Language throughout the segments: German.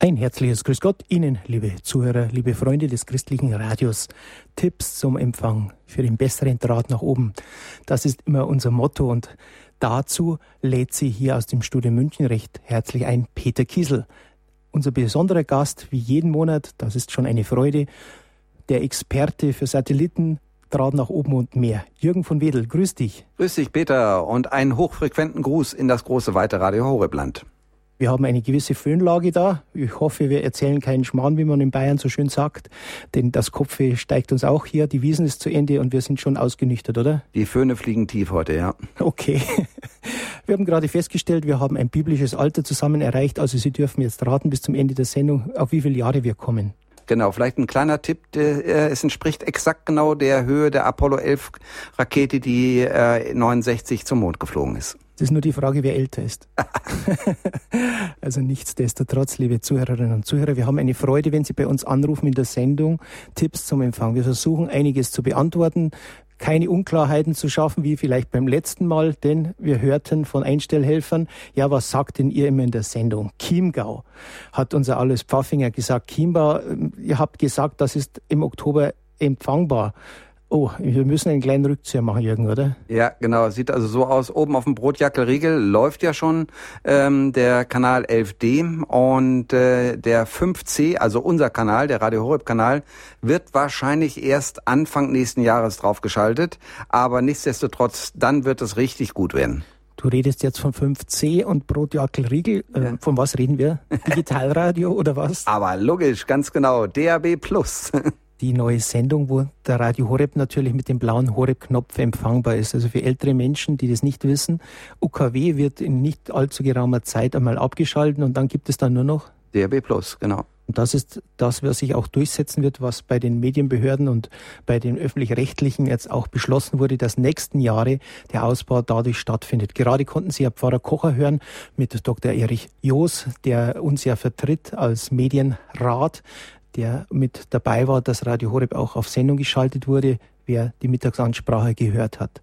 Ein herzliches Grüß Gott Ihnen, liebe Zuhörer, liebe Freunde des christlichen Radios. Tipps zum Empfang für den besseren Draht nach oben. Das ist immer unser Motto und dazu lädt Sie hier aus dem Studio München recht herzlich ein Peter Kiesel. Unser besonderer Gast, wie jeden Monat, das ist schon eine Freude, der Experte für Satelliten, Draht nach oben und mehr. Jürgen von Wedel, grüß dich. Grüß dich, Peter, und einen hochfrequenten Gruß in das große, weite Radio Horebland. Wir haben eine gewisse Föhnlage da. Ich hoffe, wir erzählen keinen Schmarrn, wie man in Bayern so schön sagt. Denn das Kopfweh steigt uns auch hier. Die Wiesn ist zu Ende und wir sind schon ausgenüchtert, oder? Die Föhne fliegen tief heute, ja. Okay. Wir haben gerade festgestellt, wir haben ein biblisches Alter zusammen erreicht. Also Sie dürfen jetzt raten bis zum Ende der Sendung, auf wie viele Jahre wir kommen. Genau, vielleicht ein kleiner Tipp. Es entspricht exakt genau der Höhe der Apollo 11 Rakete, die 69 zum Mond geflogen ist. Das ist nur die Frage, wer älter ist. Also nichtsdestotrotz, liebe Zuhörerinnen und Zuhörer, wir haben eine Freude, wenn Sie bei uns anrufen in der Sendung. Tipps zum Empfang. Wir versuchen, einiges zu beantworten, keine Unklarheiten zu schaffen, wie vielleicht beim letzten Mal, denn wir hörten von Einstellhelfern, ja, was sagt denn ihr immer in der Sendung? Chiemgau, hat unser Alois Pfaffinger gesagt. Chiemgau, ihr habt gesagt, das ist im Oktober empfangbar. Oh, wir müssen einen kleinen Rückzieher machen, Jürgen, oder? Ja, genau. Sieht also so aus. Oben auf dem Brotjackelriegel läuft ja schon der Kanal 11D und der 5C, also unser Kanal, der Radio Horeb-Kanal, wird wahrscheinlich erst Anfang nächsten Jahres draufgeschaltet. Aber nichtsdestotrotz, dann wird es richtig gut werden. Du redest jetzt von 5C und Brotjackelriegel. Von was reden wir? Digitalradio oder was? Aber logisch, ganz genau. DAB+. Die neue Sendung, wo der Radio Horeb natürlich mit dem blauen Horeb-Knopf empfangbar ist. Also für ältere Menschen, die das nicht wissen, UKW wird in nicht allzu geraumer Zeit einmal abgeschaltet und dann gibt es dann nur noch DAB+, genau. Und das ist das, was sich auch durchsetzen wird, was bei den Medienbehörden und bei den Öffentlich-Rechtlichen jetzt auch beschlossen wurde, dass nächsten Jahre der Ausbau dadurch stattfindet. Gerade konnten Sie ja Pfarrer Kocher hören mit Dr. Erich Joos, der uns ja vertritt als Medienrat, der mit dabei war, dass Radio Horeb auch auf Sendung geschaltet wurde, wer die Mittagsansprache gehört hat.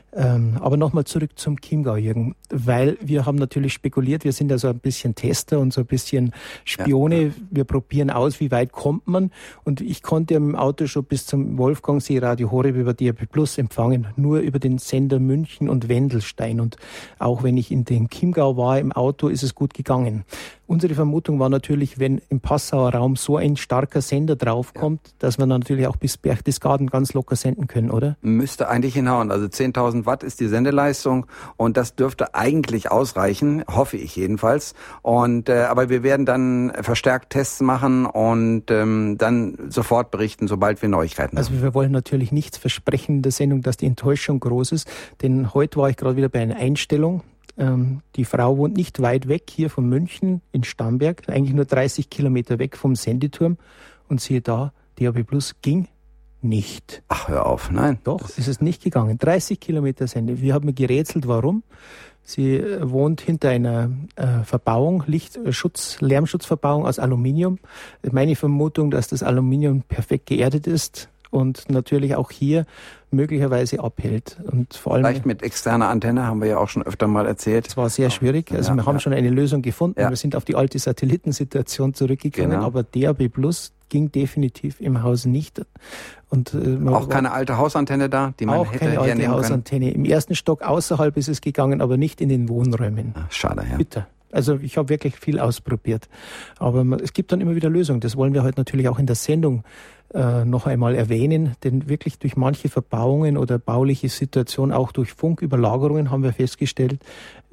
Aber nochmal zurück zum Chiemgau, Jürgen, weil wir haben natürlich spekuliert, wir sind ja so ein bisschen Tester und so ein bisschen Spione, ja. Wir probieren aus, wie weit kommt man, und ich konnte im Auto schon bis zum Wolfgangsee Radio Horeb über DAB+ empfangen, nur über den Sender München und Wendelstein, und auch wenn ich in den Chiemgau war im Auto, ist es gut gegangen. Unsere Vermutung war natürlich, wenn im Passauer Raum so ein starker Sender draufkommt, dass wir dann natürlich auch bis Berchtesgaden ganz locker senden können, oder? Müsste eigentlich hinhauen. Also 10.000 Watt ist die Sendeleistung und das dürfte eigentlich ausreichen, hoffe ich jedenfalls. Und aber wir werden dann verstärkt Tests machen und dann sofort berichten, sobald wir Neuigkeiten haben. Also wir wollen natürlich nichts versprechen in der Sendung, dass die Enttäuschung groß ist, denn heute war ich gerade wieder bei einer Einstellung. Die Frau wohnt nicht weit weg hier von München in Starnberg, eigentlich nur 30 Kilometer weg vom Sendeturm. Und siehe da, DAB+ ging nicht. Ach, hör auf, nein. Doch, ist es nicht gegangen. 30 Kilometer Sende. Wir haben gerätselt, warum. Sie wohnt hinter einer Verbauung, Lärmschutzverbauung aus Aluminium. Meine Vermutung, dass das Aluminium perfekt geerdet ist und natürlich auch hier möglicherweise abhält. Und vor allem vielleicht mit externer Antenne, haben wir ja auch schon öfter mal erzählt. Das war sehr schwierig. Also wir haben schon eine Lösung gefunden. Ja. Wir sind auf die alte Satellitensituation zurückgegangen, genau. Aber DAB+ ging definitiv im Haus nicht. Und auch keine alte Hausantenne da, die man hätte hernehmen können? Auch keine alte Hausantenne. Im ersten Stock außerhalb ist es gegangen, aber nicht in den Wohnräumen. Ach, schade, ja. Bitter. Also ich habe wirklich viel ausprobiert. Aber es gibt dann immer wieder Lösungen. Das wollen wir heute natürlich auch in der Sendung noch einmal erwähnen, denn wirklich durch manche Verbauungen oder bauliche Situationen, auch durch Funküberlagerungen, haben wir festgestellt,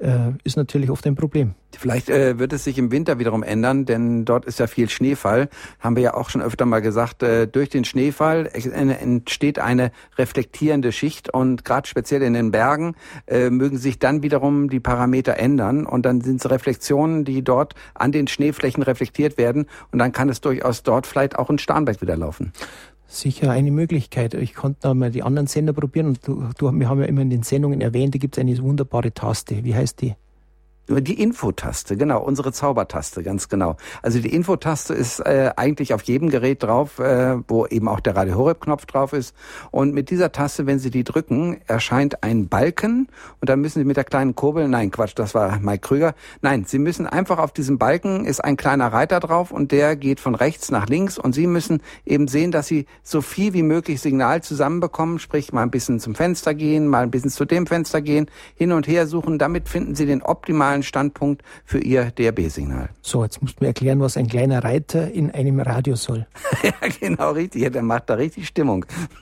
ist natürlich oft ein Problem. Vielleicht wird es sich im Winter wiederum ändern, denn dort ist ja viel Schneefall. Haben wir ja auch schon öfter mal gesagt, durch den Schneefall entsteht eine reflektierende Schicht und gerade speziell in den Bergen mögen sich dann wiederum die Parameter ändern und dann sind es Reflexionen, die dort an den Schneeflächen reflektiert werden und dann kann es durchaus dort vielleicht auch in Starnberg wieder laufen. Sicher eine Möglichkeit. Ich konnte da mal die anderen Sender probieren und wir haben ja immer in den Sendungen erwähnt, da gibt es eine wunderbare Taste. Wie heißt die? Die Infotaste, genau, unsere Zaubertaste, ganz genau. Also die Infotaste ist eigentlich auf jedem Gerät drauf, wo eben auch der Radio Horeb-Knopf drauf ist. Und mit dieser Taste, wenn Sie die drücken, erscheint ein Balken und dann müssen Sie mit der kleinen Kurbel, nein, Quatsch, das war Mike Krüger, nein, Sie müssen einfach auf diesem Balken, ist ein kleiner Reiter drauf und der geht von rechts nach links und Sie müssen eben sehen, dass Sie so viel wie möglich Signal zusammenbekommen, sprich mal ein bisschen zum Fenster gehen, mal ein bisschen zu dem Fenster gehen, hin und her suchen, damit finden Sie den optimalen Standpunkt für Ihr DAB-Signal. So, jetzt musst du mir erklären, was ein kleiner Reiter in einem Radio soll. Ja, genau, richtig. Ja, der macht da richtig Stimmung.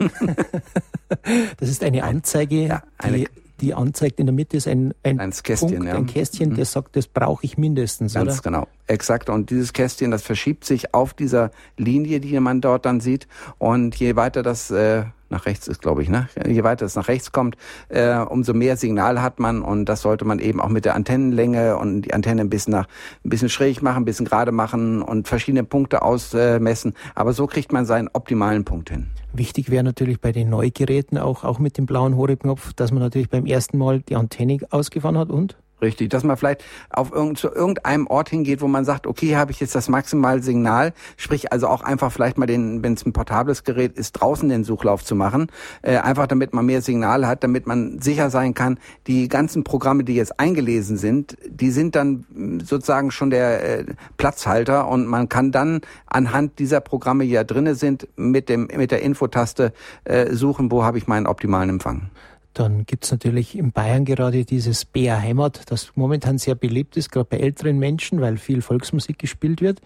Das ist eine Anzeige, ja, die anzeigt, in der Mitte ist ein Kästchen, Punkt, ein Kästchen, der sagt, das brauche ich mindestens, ganz oder? Genau, exakt. Und dieses Kästchen, das verschiebt sich auf dieser Linie, die man dort dann sieht. Und je weiter das nach rechts ist, glaube ich, ne? Je weiter es nach rechts kommt, umso mehr Signal hat man und das sollte man eben auch mit der Antennenlänge und die Antenne ein bisschen schräg machen, ein bisschen gerade machen und verschiedene Punkte ausmessen. Aber so kriegt man seinen optimalen Punkt hin. Wichtig wäre natürlich bei den Neugeräten auch mit dem blauen Horeb-Knopf, dass man natürlich beim ersten Mal die Antenne ausgefahren hat und? Richtig, dass man vielleicht zu irgendeinem Ort hingeht, wo man sagt, okay, habe ich jetzt das maximale Signal, sprich also auch einfach vielleicht mal wenn es ein portables Gerät ist, draußen den Suchlauf zu machen, einfach damit man mehr Signal hat, damit man sicher sein kann, die ganzen Programme, die jetzt eingelesen sind, die sind dann sozusagen schon der Platzhalter und man kann dann anhand dieser Programme, die ja drinne sind, mit der Infotaste suchen, wo habe ich meinen optimalen Empfang. Dann gibt's natürlich in Bayern gerade dieses BR Heimat, das momentan sehr beliebt ist, gerade bei älteren Menschen, weil viel Volksmusik gespielt wird.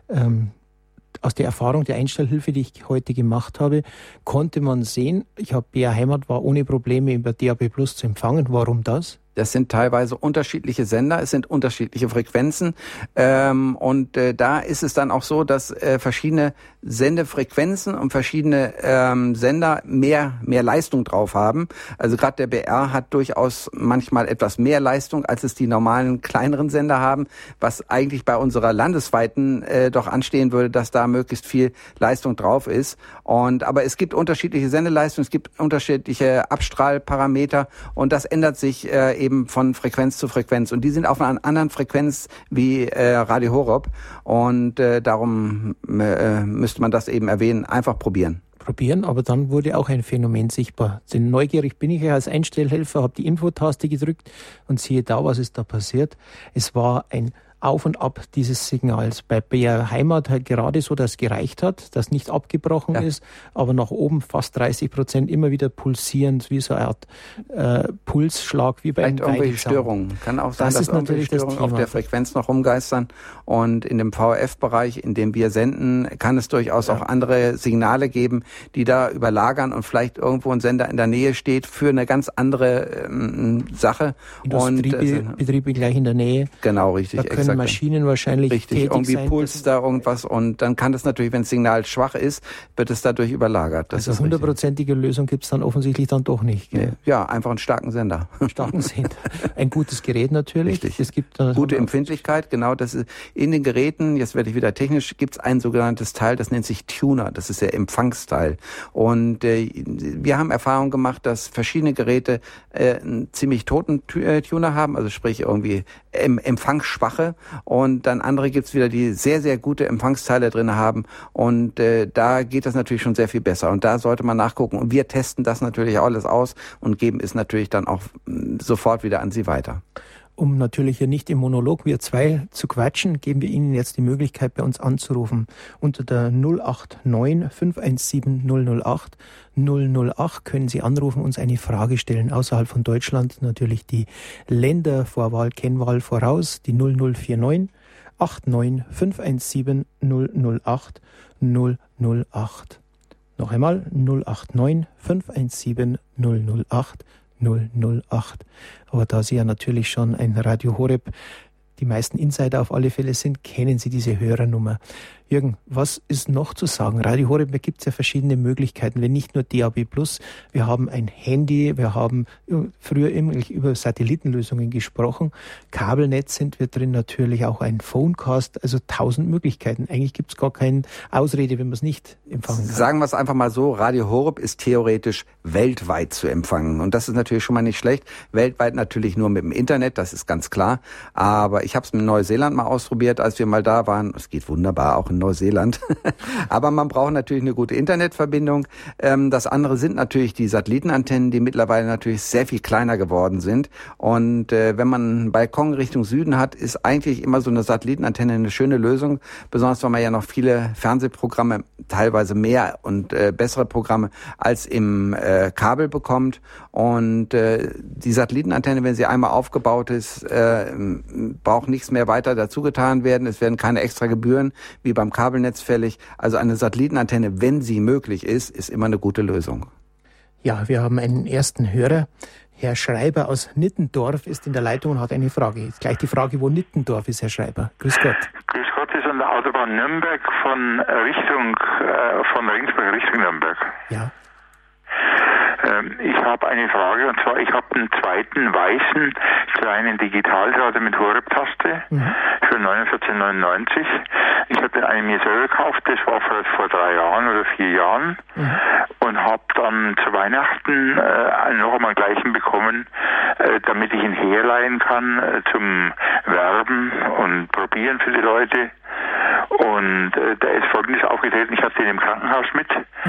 Aus der Erfahrung der Einstellhilfe, die ich heute gemacht habe, konnte man sehen, BR Heimat war ohne Probleme über DAB+ zu empfangen. Warum das? Das sind teilweise unterschiedliche Sender, es sind unterschiedliche Frequenzen und da ist es dann auch so, dass verschiedene Sendefrequenzen und verschiedene Sender mehr Leistung drauf haben. Also gerade der BR hat durchaus manchmal etwas mehr Leistung, als es die normalen kleineren Sender haben, was eigentlich bei unserer landesweiten doch anstehen würde, dass da möglichst viel Leistung drauf ist. Aber es gibt unterschiedliche Sendeleistungen, es gibt unterschiedliche Abstrahlparameter und das ändert sich eben von Frequenz zu Frequenz. Und die sind auf einer anderen Frequenz wie Radio Horeb. Und darum müsste man das eben erwähnen. Einfach probieren. Aber dann wurde auch ein Phänomen sichtbar. Denn neugierig bin ich ja als Einstellhelfer, habe die Infotaste gedrückt und siehe da, was ist da passiert. Es war ein Auf und Ab dieses Signals. Bei BR Heimat halt gerade so, dass es gereicht hat, dass nicht abgebrochen ist, aber nach oben fast 30% immer wieder pulsierend, wie so eine Art Pulsschlag, wie bei einem irgendwelche Störungen. Kann auch sein, dass irgendwelche Störungen auf der Frequenz noch rumgeistern. Und in dem VHF-Bereich, in dem wir senden, kann es durchaus auch andere Signale geben, die da überlagern und vielleicht irgendwo ein Sender in der Nähe steht für eine ganz andere Sache. Betriebe gleich in der Nähe. Genau, richtig. Maschinen wahrscheinlich richtig, irgendwie pulst da irgendwas und dann kann das natürlich, wenn das Signal schwach ist, wird es dadurch überlagert. Das also 100%ige Lösung gibt es dann offensichtlich dann doch nicht. Gell? Ja, einfach einen starken Sender. Ein gutes Gerät natürlich. Richtig. Es gibt gute Empfindlichkeit, genau. Das ist in den Geräten, jetzt werde ich wieder technisch, gibt es ein sogenanntes Teil, das nennt sich Tuner. Das ist der Empfangsteil. Und wir haben Erfahrung gemacht, dass verschiedene Geräte einen ziemlich toten Tuner haben, also sprich irgendwie empfangsschwache. Und dann andere gibt's wieder, die sehr, sehr gute Empfangsteile drin haben. Und da geht das natürlich schon sehr viel besser. Und da sollte man nachgucken. Und wir testen das natürlich alles aus und geben es natürlich dann auch sofort wieder an Sie weiter. Um natürlich hier nicht im Monolog wir zwei zu quatschen, geben wir Ihnen jetzt die Möglichkeit, bei uns anzurufen. Unter der 089 517 008 008 können Sie anrufen, uns eine Frage stellen. Außerhalb von Deutschland natürlich die Ländervorwahl, Kennwahl voraus, die 0049 89 517 008 008. Noch einmal 089 517 008 008. Aber da Sie ja natürlich schon ein Radio Horeb, die meisten Insider auf alle Fälle sind, kennen Sie diese Hörernummer. Jürgen, was ist noch zu sagen? Radio Horeb, da gibt es ja verschiedene Möglichkeiten, wenn nicht nur DAB+, wir haben ein Handy, wir haben früher immer über Satellitenlösungen gesprochen, Kabelnetz sind wir drin, natürlich auch ein Phonecast, also 1000 Möglichkeiten. Eigentlich gibt es gar keine Ausrede, wenn man es nicht empfangen kann. Sagen wir es einfach mal so, Radio Horeb ist theoretisch weltweit zu empfangen. Und das ist natürlich schon mal nicht schlecht. Weltweit natürlich nur mit dem Internet, das ist ganz klar. Aber ich habe es in Neuseeland mal ausprobiert, als wir mal da waren. Es geht wunderbar, auch in Neuseeland. Aber man braucht natürlich eine gute Internetverbindung. Das andere sind natürlich die Satellitenantennen, die mittlerweile natürlich sehr viel kleiner geworden sind. Und wenn man einen Balkon Richtung Süden hat, ist eigentlich immer so eine Satellitenantenne eine schöne Lösung. Besonders, weil man ja noch viele Fernsehprogramme, teilweise mehr und bessere Programme als im Kabel bekommt. Und die Satellitenantenne, wenn sie einmal aufgebaut ist, braucht nichts mehr weiter dazugetan werden. Es werden keine extra Gebühren wie beim Kabelnetz fällig. Also eine Satellitenantenne, wenn sie möglich ist immer eine gute Lösung. Ja, wir haben einen ersten Hörer. Herr Schreiber aus Nittendorf ist in der Leitung und hat eine Frage. Jetzt gleich die Frage, wo Nittendorf ist, Herr Schreiber. Grüß Gott. Grüß Gott, ist an der Autobahn Nürnberg von Regensburg Richtung Nürnberg. Ja. Ich habe eine Frage, und zwar, ich habe einen zweiten weißen kleinen Digitalradio mit Horeb-Taste für 49,99. Ich habe den einen mir selber gekauft, das war vor 3 Jahren oder 4 Jahren, und habe dann zu Weihnachten noch einmal gleichen bekommen, damit ich ihn herleihen kann zum Werben und Probieren für die Leute. Und da ist Folgendes aufgetreten: Ich hatte den im Krankenhaus mit.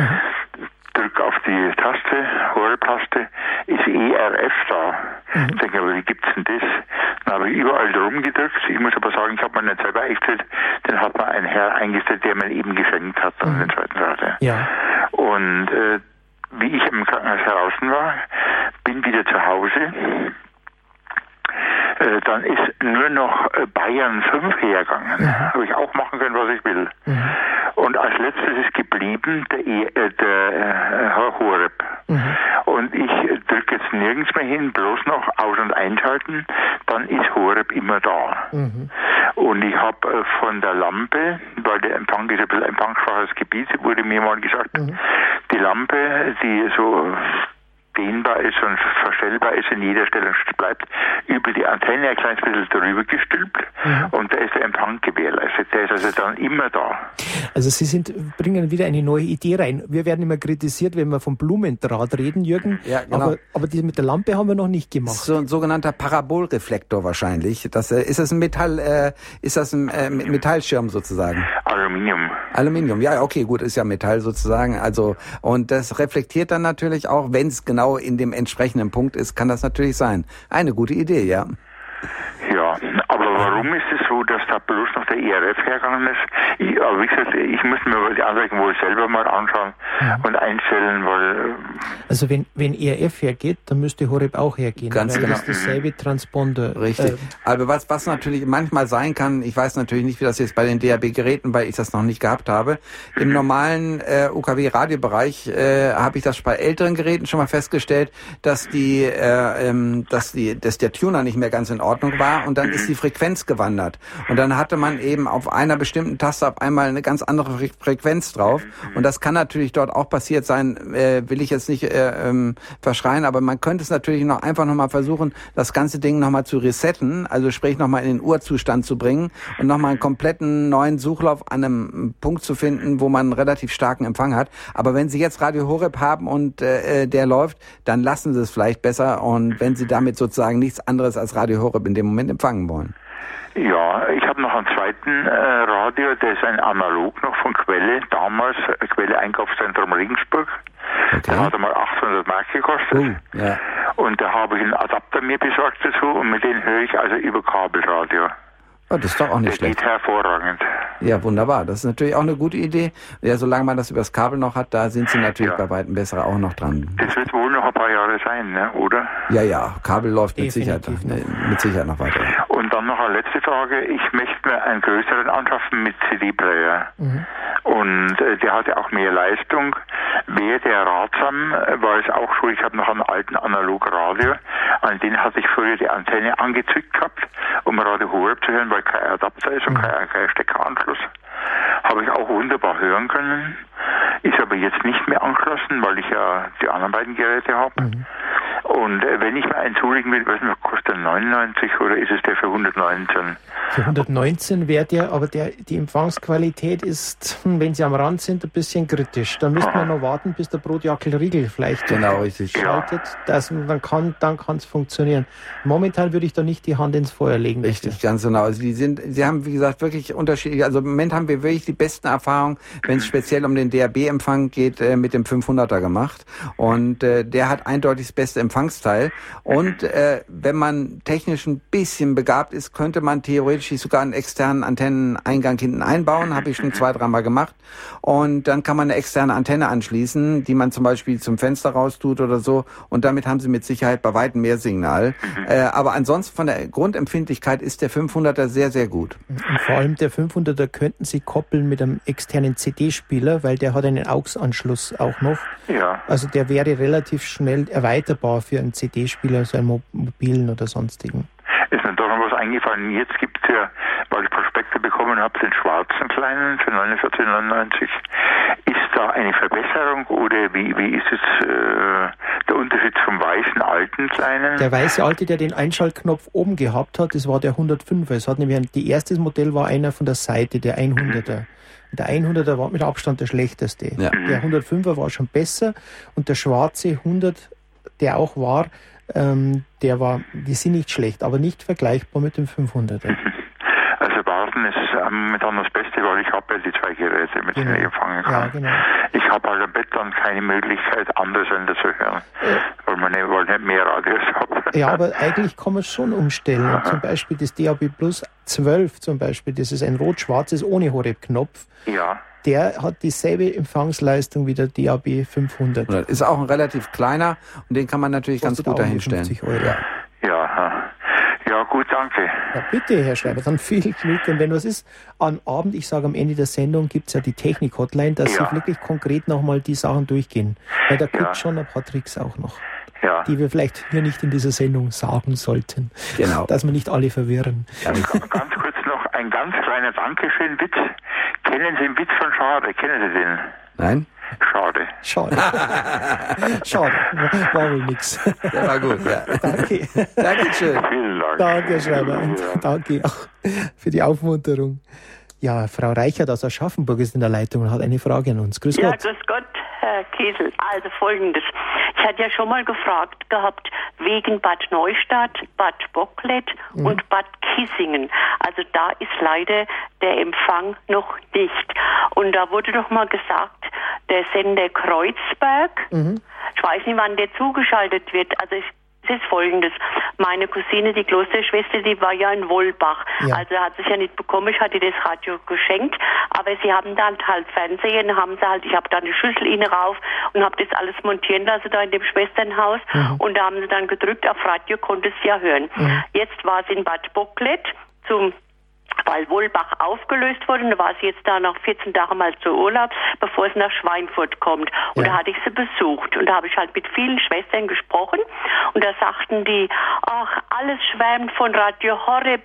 Drück auf die Taste, Horeb-Taste, ist ERF da. Ich denke, aber wie gibt's denn das? Dann habe ich überall drum gedrückt. Ich muss aber sagen, ich habe mir nicht selber eingestellt, den hat mir ein Herr eingestellt, der mir eben geschenkt hat, an den zweiten Rate. Ja. Und wie ich im Krankenhaus draußen war, bin wieder zu Hause. Dann ist nur noch Bayern 5 hergegangen. Habe ich auch machen können, was ich will. Und als letztes ist geblieben der Horeb. Und ich drücke jetzt nirgends mehr hin, bloß noch aus- und einschalten, dann ist Horeb immer da. Und ich habe von der Lampe, weil der Empfang ist ein bisschen empfangsschwaches Gebiet, wurde mir mal gesagt, die Lampe, die so dehnbar ist und verstellbar ist, in jeder Stelle bleibt, über die Antenne ein kleines bisschen drüber gestülpt und da ist der Empfang gewährleistet. Der ist also dann immer da. Also Sie bringen wieder eine neue Idee rein. Wir werden immer kritisiert, wenn wir vom Blumendraht reden, Jürgen. Ja, genau. Aber die mit der Lampe haben wir noch nicht gemacht. So ein sogenannter Parabolreflektor wahrscheinlich. Ist das ein Metallschirm sozusagen? Aluminium, ja, okay, gut, ist ja Metall sozusagen. Also, und das reflektiert dann natürlich auch, wenn es genau in dem entsprechenden Punkt ist, kann das natürlich sein. Eine gute Idee, ja. Ja, aber warum ist es so, dass da bloß noch der ERF hergegangen ist? Wie gesagt, ich muss mir die Anleitung wohl selber mal anschauen und einstellen, weil... Also wenn ERF hergeht, dann müsste Horeb auch hergehen. Ganz genau. Das ist dasselbe Transponder. Richtig. Aber was natürlich manchmal sein kann, ich weiß natürlich nicht, wie das jetzt bei den DAB-Geräten, weil ich das noch nicht gehabt habe. Im normalen UKW-Radiobereich habe ich das bei älteren Geräten schon mal festgestellt, dass der Tuner nicht mehr ganz in Ordnung war und dann ist die Frequenz gewandert. Und dann hatte man eben auf einer bestimmten Taste auf einmal eine ganz andere Frequenz drauf. Und das kann natürlich dort auch passiert sein, will ich jetzt nicht verschreien, aber man könnte es natürlich einfach noch mal versuchen, das ganze Ding noch mal zu resetten, also sprich noch mal in den Urzustand zu bringen und noch mal einen kompletten neuen Suchlauf an einem Punkt zu finden, wo man einen relativ starken Empfang hat. Aber wenn Sie jetzt Radio Horeb haben und der läuft, dann lassen Sie es vielleicht besser. Und wenn Sie damit sozusagen nichts anderes als Radio Horeb in dem Moment empfangen wollen. Ja, ich habe noch einen zweiten Radio, der ist ein Analog noch von Quelle, damals Quelle Einkaufszentrum Regensburg. Okay. Der hat einmal 800 Mark gekostet. Ja. Und da habe ich einen Adapter mir besorgt dazu und mit dem höre ich also über Kabelradio. Oh, das ist doch auch nicht schlecht. Das geht hervorragend. Ja, wunderbar. Das ist natürlich auch eine gute Idee. Ja, solange man das übers Kabel noch hat, da sind Sie natürlich bei weitem besser auch noch dran. Das wird wohl noch ein paar Jahre sein, ne? Oder? Ja, Kabel läuft mit Sicherheit noch weiter. Und dann noch eine letzte Frage. Ich möchte mir einen größeren anschaffen mit CD-Player. Und der hatte auch mehr Leistung. Wäre der ratsam, war es auch so, ich habe noch einen alten Analog-Radio, an den hatte ich früher die Antenne angezückt gehabt, um Radio Horeb zu hören, weil kein Adapter ist und kein Steckeranschluss. habe ich auch wunderbar hören können. Ist aber jetzt nicht mehr angeschlossen, weil ich ja die anderen beiden Geräte habe. Mhm. Und wenn ich mir einen zulegen will, was kostet der 99 oder ist es der für 119? Für 119 wäre der, aber die Empfangsqualität ist, wenn Sie am Rand sind, ein bisschen kritisch. Da müsste man noch warten, bis der Brotjackelriegel vielleicht schaltet. Dann kann es funktionieren. Momentan würde ich da nicht die Hand ins Feuer legen. Richtig, ganz genau. Also Sie haben, wie gesagt, wirklich unterschiedliche, also im Moment haben wir wirklich die besten Erfahrungen, wenn es speziell um den DAB-Empfang geht, mit dem 500er gemacht. Und der hat eindeutig das beste Empfangsteil. Und wenn man technisch ein bisschen begabt ist, könnte man theoretisch sogar einen externen Antenneneingang hinten einbauen. Habe ich schon 2-3 Mal gemacht. Und dann kann man eine externe Antenne anschließen, die man zum Beispiel zum Fenster raus tut oder so. Und damit haben Sie mit Sicherheit bei weitem mehr Signal. Aber ansonsten von der Grundempfindlichkeit ist der 500er sehr, sehr gut. Und vor allem der 500er könnten Sie koppeln mit einem externen CD-Spieler, weil der hat einen AUX-Anschluss auch noch. Ja. Also der wäre relativ schnell erweiterbar für einen CD-Spieler, so einen mobilen oder sonstigen. Ist mir doch noch was eingefallen. Jetzt gibt es ja, weil ich Prospekte bekommen habe, den schwarzen kleinen für 49,99. Ist da eine Verbesserung oder wie ist jetzt der Unterschied zum weißen alten kleinen? Der weiße alte, der den Einschaltknopf oben gehabt hat, das war der 105er. Es hat nämlich die erste Modell war einer von der Seite, der 100er. Der 100er war mit Abstand der schlechteste. Ja. Der 105er war schon besser und der schwarze 100, der auch war, die sind nicht schlecht, aber nicht vergleichbar mit dem 500er. Also warten ist momentan das Beste, weil ich habe ja die 2 Geräte, mit denen ich empfangen kann. Ja, genau. Ich habe halt am Bett dann keine Möglichkeit, andere Sender zu hören, weil ich nicht mehr Radios habe. Ja, aber eigentlich kann man es schon umstellen. Aha. Zum Beispiel das DAB Plus 12 zum Beispiel, das ist ein rot-schwarzes ohne Horeb-Knopf. Ja. Der hat dieselbe Empfangsleistung wie der DAB 500. Das ist auch ein relativ kleiner und den kann man natürlich ganz gut dahinstellen. 50 Euro. Ja, gut, danke. Ja, bitte, Herr Schreiber, dann viel Glück. Und wenn was ist, am Abend, ich sage am Ende der Sendung, gibt es ja die Technik-Hotline, dass Sie wirklich konkret nochmal die Sachen durchgehen. Weil da gibt es schon ein paar Tricks auch noch, die wir vielleicht hier nicht in dieser Sendung sagen sollten. Genau. Dass wir nicht alle verwirren. Ja, ganz kurz noch ein ganz kleiner Dankeschön-Witz. Kennen Sie den Witz von Schade? Kennen Sie den? Nein. Schade. Schade. War wohl nix. Der war gut, ja. Danke. Dankeschön. Vielen Dank. Danke, Herr Schreiber. Und danke auch für die Aufmunterung. Ja, Frau Reichert aus Aschaffenburg ist in der Leitung und hat eine Frage an uns. Grüß Gott. Ja, grüß Gott, Herr Kiesel. Also Folgendes. Ich hatte ja schon mal gefragt gehabt, wegen Bad Neustadt, Bad Bocklet und Bad Kissingen. Also da ist leider der Empfang noch nicht. Und da wurde doch mal gesagt, der Sender Kreuzberg, ich weiß nicht, wann der zugeschaltet wird. Also es ist Folgendes. Meine Cousine, die Klosterschwester, die war ja in Wolbach. Ja. Also hat sich ja nicht bekommen, ich hatte das Radio geschenkt. Aber sie haben dann halt Fernsehen, ich habe da eine Schüssel ihnen rauf und habe das alles montieren lassen da in dem Schwesternhaus. Und da haben sie dann gedrückt, auf Radio konnte sie ja hören. Jetzt war sie in Bad Bocklet weil Wolbach aufgelöst wurde. Und da war sie jetzt da nach 14 Tagen mal zu Urlaub, bevor sie nach Schweinfurt kommt. Und da hatte ich sie besucht. Und da habe ich halt mit vielen Schwestern gesprochen. Und da sagten die, ach, alles schwärmt von Radio Horeb.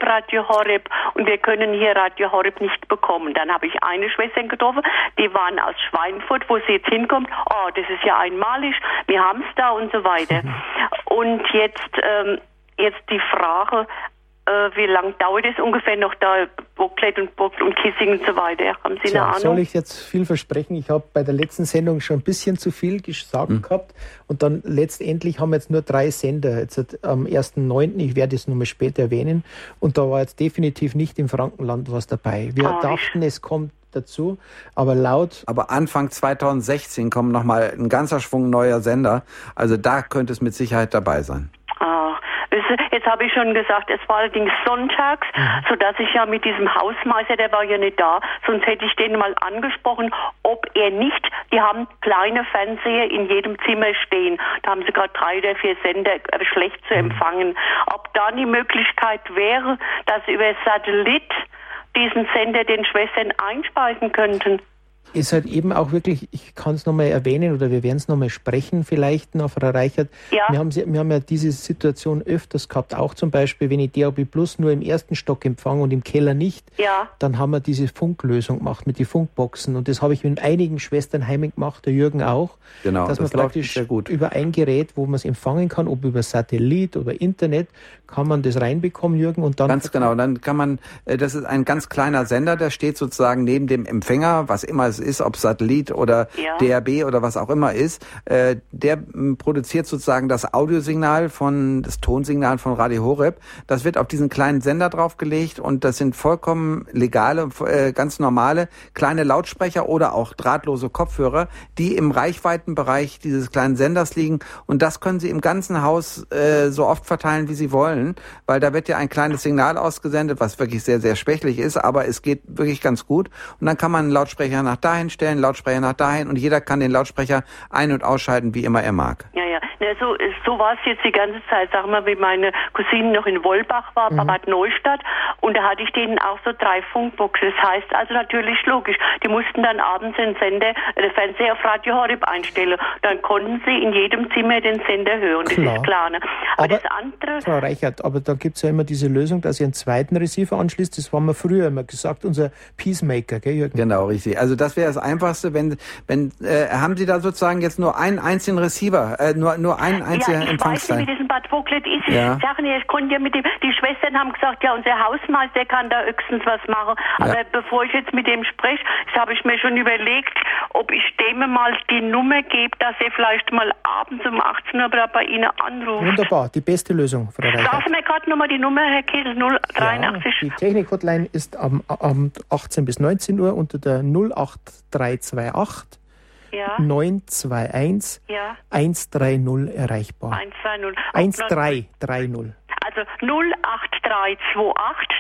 Und wir können hier Radio Horeb nicht bekommen. Dann habe ich eine Schwester getroffen, die waren aus Schweinfurt, wo sie jetzt hinkommt. Oh, das ist ja einmalig. Wir haben es da und so weiter. Und jetzt die Frage, wie lange dauert es ungefähr noch da, Bocklet und Kissingen und so weiter? Haben Sie eine Ahnung? Soll ich jetzt viel versprechen? Ich habe bei der letzten Sendung schon ein bisschen zu viel gesagt gehabt und dann letztendlich haben wir jetzt nur 3 Sender. Jetzt am 1.9., ich werde es nochmal später erwähnen, und da war jetzt definitiv nicht im Frankenland was dabei. Wir dachten, es kommt dazu, aber Anfang 2016 kommt nochmal ein ganzer Schwung neuer Sender. Also da könnte es mit Sicherheit dabei sein. Jetzt habe ich schon gesagt, es war allerdings sonntags, sodass ich ja mit diesem Hausmeister, der war ja nicht da, sonst hätte ich den mal angesprochen, ob er nicht, die haben kleine Fernseher in jedem Zimmer stehen, da haben sie gerade 3 oder 4 Sender schlecht zu empfangen, ob da die Möglichkeit wäre, dass sie über Satellit diesen Sender den Schwestern einspeisen könnten. ist halt eben auch wirklich, ich kann es nochmal erwähnen oder wir werden es nochmal sprechen vielleicht noch, Frau Reichert. Ja. Wir haben ja diese Situation öfters gehabt, auch zum Beispiel, wenn ich DAB Plus nur im ersten Stock empfange und im Keller nicht, dann haben wir diese Funklösung gemacht mit den Funkboxen und das habe ich mit einigen Schwesternheimen gemacht, der Jürgen auch, genau, dass man praktisch über ein Gerät, wo man es empfangen kann, ob über Satellit oder Internet, kann man das reinbekommen, Jürgen, und dann... Ganz genau, dann kann man, das ist ein ganz kleiner Sender, der steht sozusagen neben dem Empfänger, was immer es ist, ob Satellit oder DAB oder was auch immer ist, der produziert sozusagen das Audiosignal das Tonsignal von Radio Horeb. Das wird auf diesen kleinen Sender draufgelegt und das sind vollkommen legale, ganz normale kleine Lautsprecher oder auch drahtlose Kopfhörer, die im Reichweitenbereich dieses kleinen Senders liegen und das können Sie im ganzen Haus so oft verteilen, wie Sie wollen, weil da wird ja ein kleines Signal ausgesendet, was wirklich sehr, sehr schwächlich ist, aber es geht wirklich ganz gut und dann kann man einen Lautsprecher nach dahin stellen, Lautsprecher nach dahin und jeder kann den Lautsprecher ein- und ausschalten, wie immer er mag. Ja. So war es jetzt die ganze Zeit. Sag mal, wie meine Cousine noch in Wolbach war, bei Bad Neustadt, und da hatte ich denen auch so 3 Funkboxen. Das heißt also natürlich logisch, die mussten dann abends den Fernseher auf Radio Horeb einstellen. Dann konnten sie in jedem Zimmer den Sender hören. Das ist klar. Ne? Aber das andere... Frau Reichert, aber da gibt es ja immer diese Lösung, dass ihr einen zweiten Receiver anschließt. Das haben wir früher immer gesagt, unser Peacemaker, gell, Jürgen? Genau, richtig. Also das wäre das Einfachste, wenn haben Sie da sozusagen jetzt nur einen einzigen Receiver, nur einen einzigen Empfangsteil? Ich weiß nicht, wie das in Bad Vogtlet ist. Ja. Ich konnte ja die Schwestern haben gesagt, ja, unser Hausmeister kann da höchstens was machen. Aber bevor ich jetzt mit dem spreche, habe ich mir schon überlegt, ob ich dem mal die Nummer gebe, dass er vielleicht mal abends um 18 Uhr bei Ihnen anruft. Wunderbar, die beste Lösung, Frau Reichert. Sagen wir gerade nochmal die Nummer, Herr Kiesel, 083. Ja, die Technik-Hotline ist am 18 bis 19 Uhr unter der 08328 921 130 erreichbar. 130. Also 08328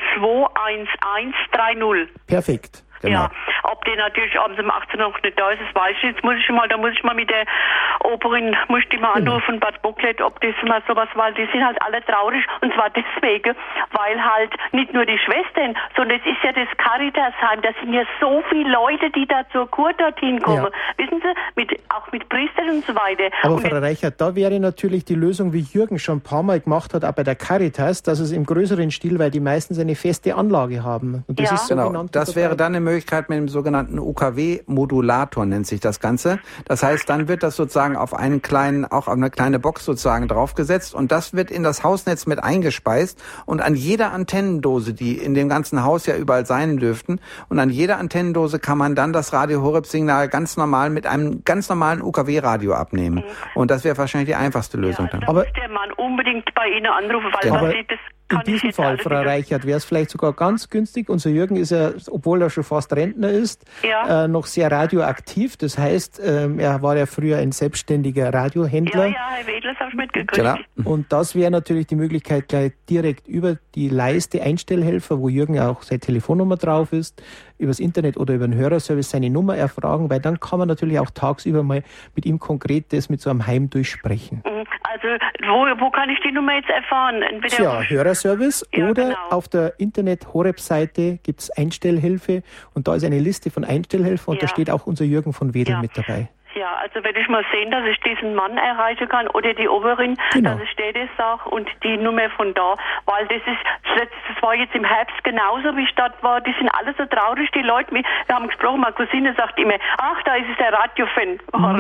921130. Perfekt. Genau. Ja, ob der natürlich abends um 18 Uhr noch nicht da ist, das weiß ich. Jetzt da muss ich mal mit der Operin, anrufen, Bad Vogtlet, ob das mal sowas, weil die sind halt alle traurig. Und zwar deswegen, weil halt nicht nur die Schwestern, sondern es ist ja das Caritasheim, da sind ja so viele Leute, die da zur Kur dorthin kommen. Wissen Sie, auch mit Priestern und so weiter. Aber Frau Reichert, da wäre natürlich die Lösung, wie Jürgen schon ein paar Mal gemacht hat, auch bei der Caritas, dass es im größeren Stil, weil die meistens eine feste Anlage haben. Und das ist genau. Das wäre dann eine Möglichkeit mit dem sogenannten UKW-Modulator, nennt sich das Ganze. Das heißt, dann wird das sozusagen auf eine kleine Box sozusagen draufgesetzt und das wird in das Hausnetz mit eingespeist und an jeder Antennendose, die in dem ganzen Haus ja überall sein dürften, und an jeder Antennendose kann man dann das Radio Horeb-Signal ganz normal mit einem ganz normalen UKW-Radio abnehmen. Und das wäre wahrscheinlich die einfachste Lösung dann. Aber muss der Mann unbedingt bei Ihnen anrufen, weil in diesem Fall, Frau Reichert, wäre es vielleicht sogar ganz günstig. Unser Jürgen ist ja, obwohl er schon fast Rentner ist, noch sehr radioaktiv. Das heißt, er war ja früher ein selbstständiger Radiohändler. Ja, Herr Wedler, das habe ich mitgekriegt. Genau. Und das wäre natürlich die Möglichkeit, gleich direkt über die Leiste Einstellhelfer, wo Jürgen auch seine Telefonnummer drauf ist, übers Internet oder über den Hörerservice seine Nummer erfragen, weil dann kann man natürlich auch tagsüber mal mit ihm konkret das mit so einem Heim durchsprechen. Also, wo kann ich die Nummer jetzt erfahren? Entweder Hörerservice oder auf der Internet-Horeb-Seite gibt es Einstellhilfe und da ist eine Liste von Einstellhelfern und da steht auch unser Jürgen von Wedel mit dabei. Ja, also wenn ich mal sehen, dass ich diesen Mann erreichen kann oder die Oberin, dass ich dir das sage und die Nummer von da, weil das war jetzt im Herbst genauso, wie ich dort war, die sind alle so traurig, die Leute, wir haben gesprochen, meine Cousine sagt immer, ach, da ist es der Radiofan.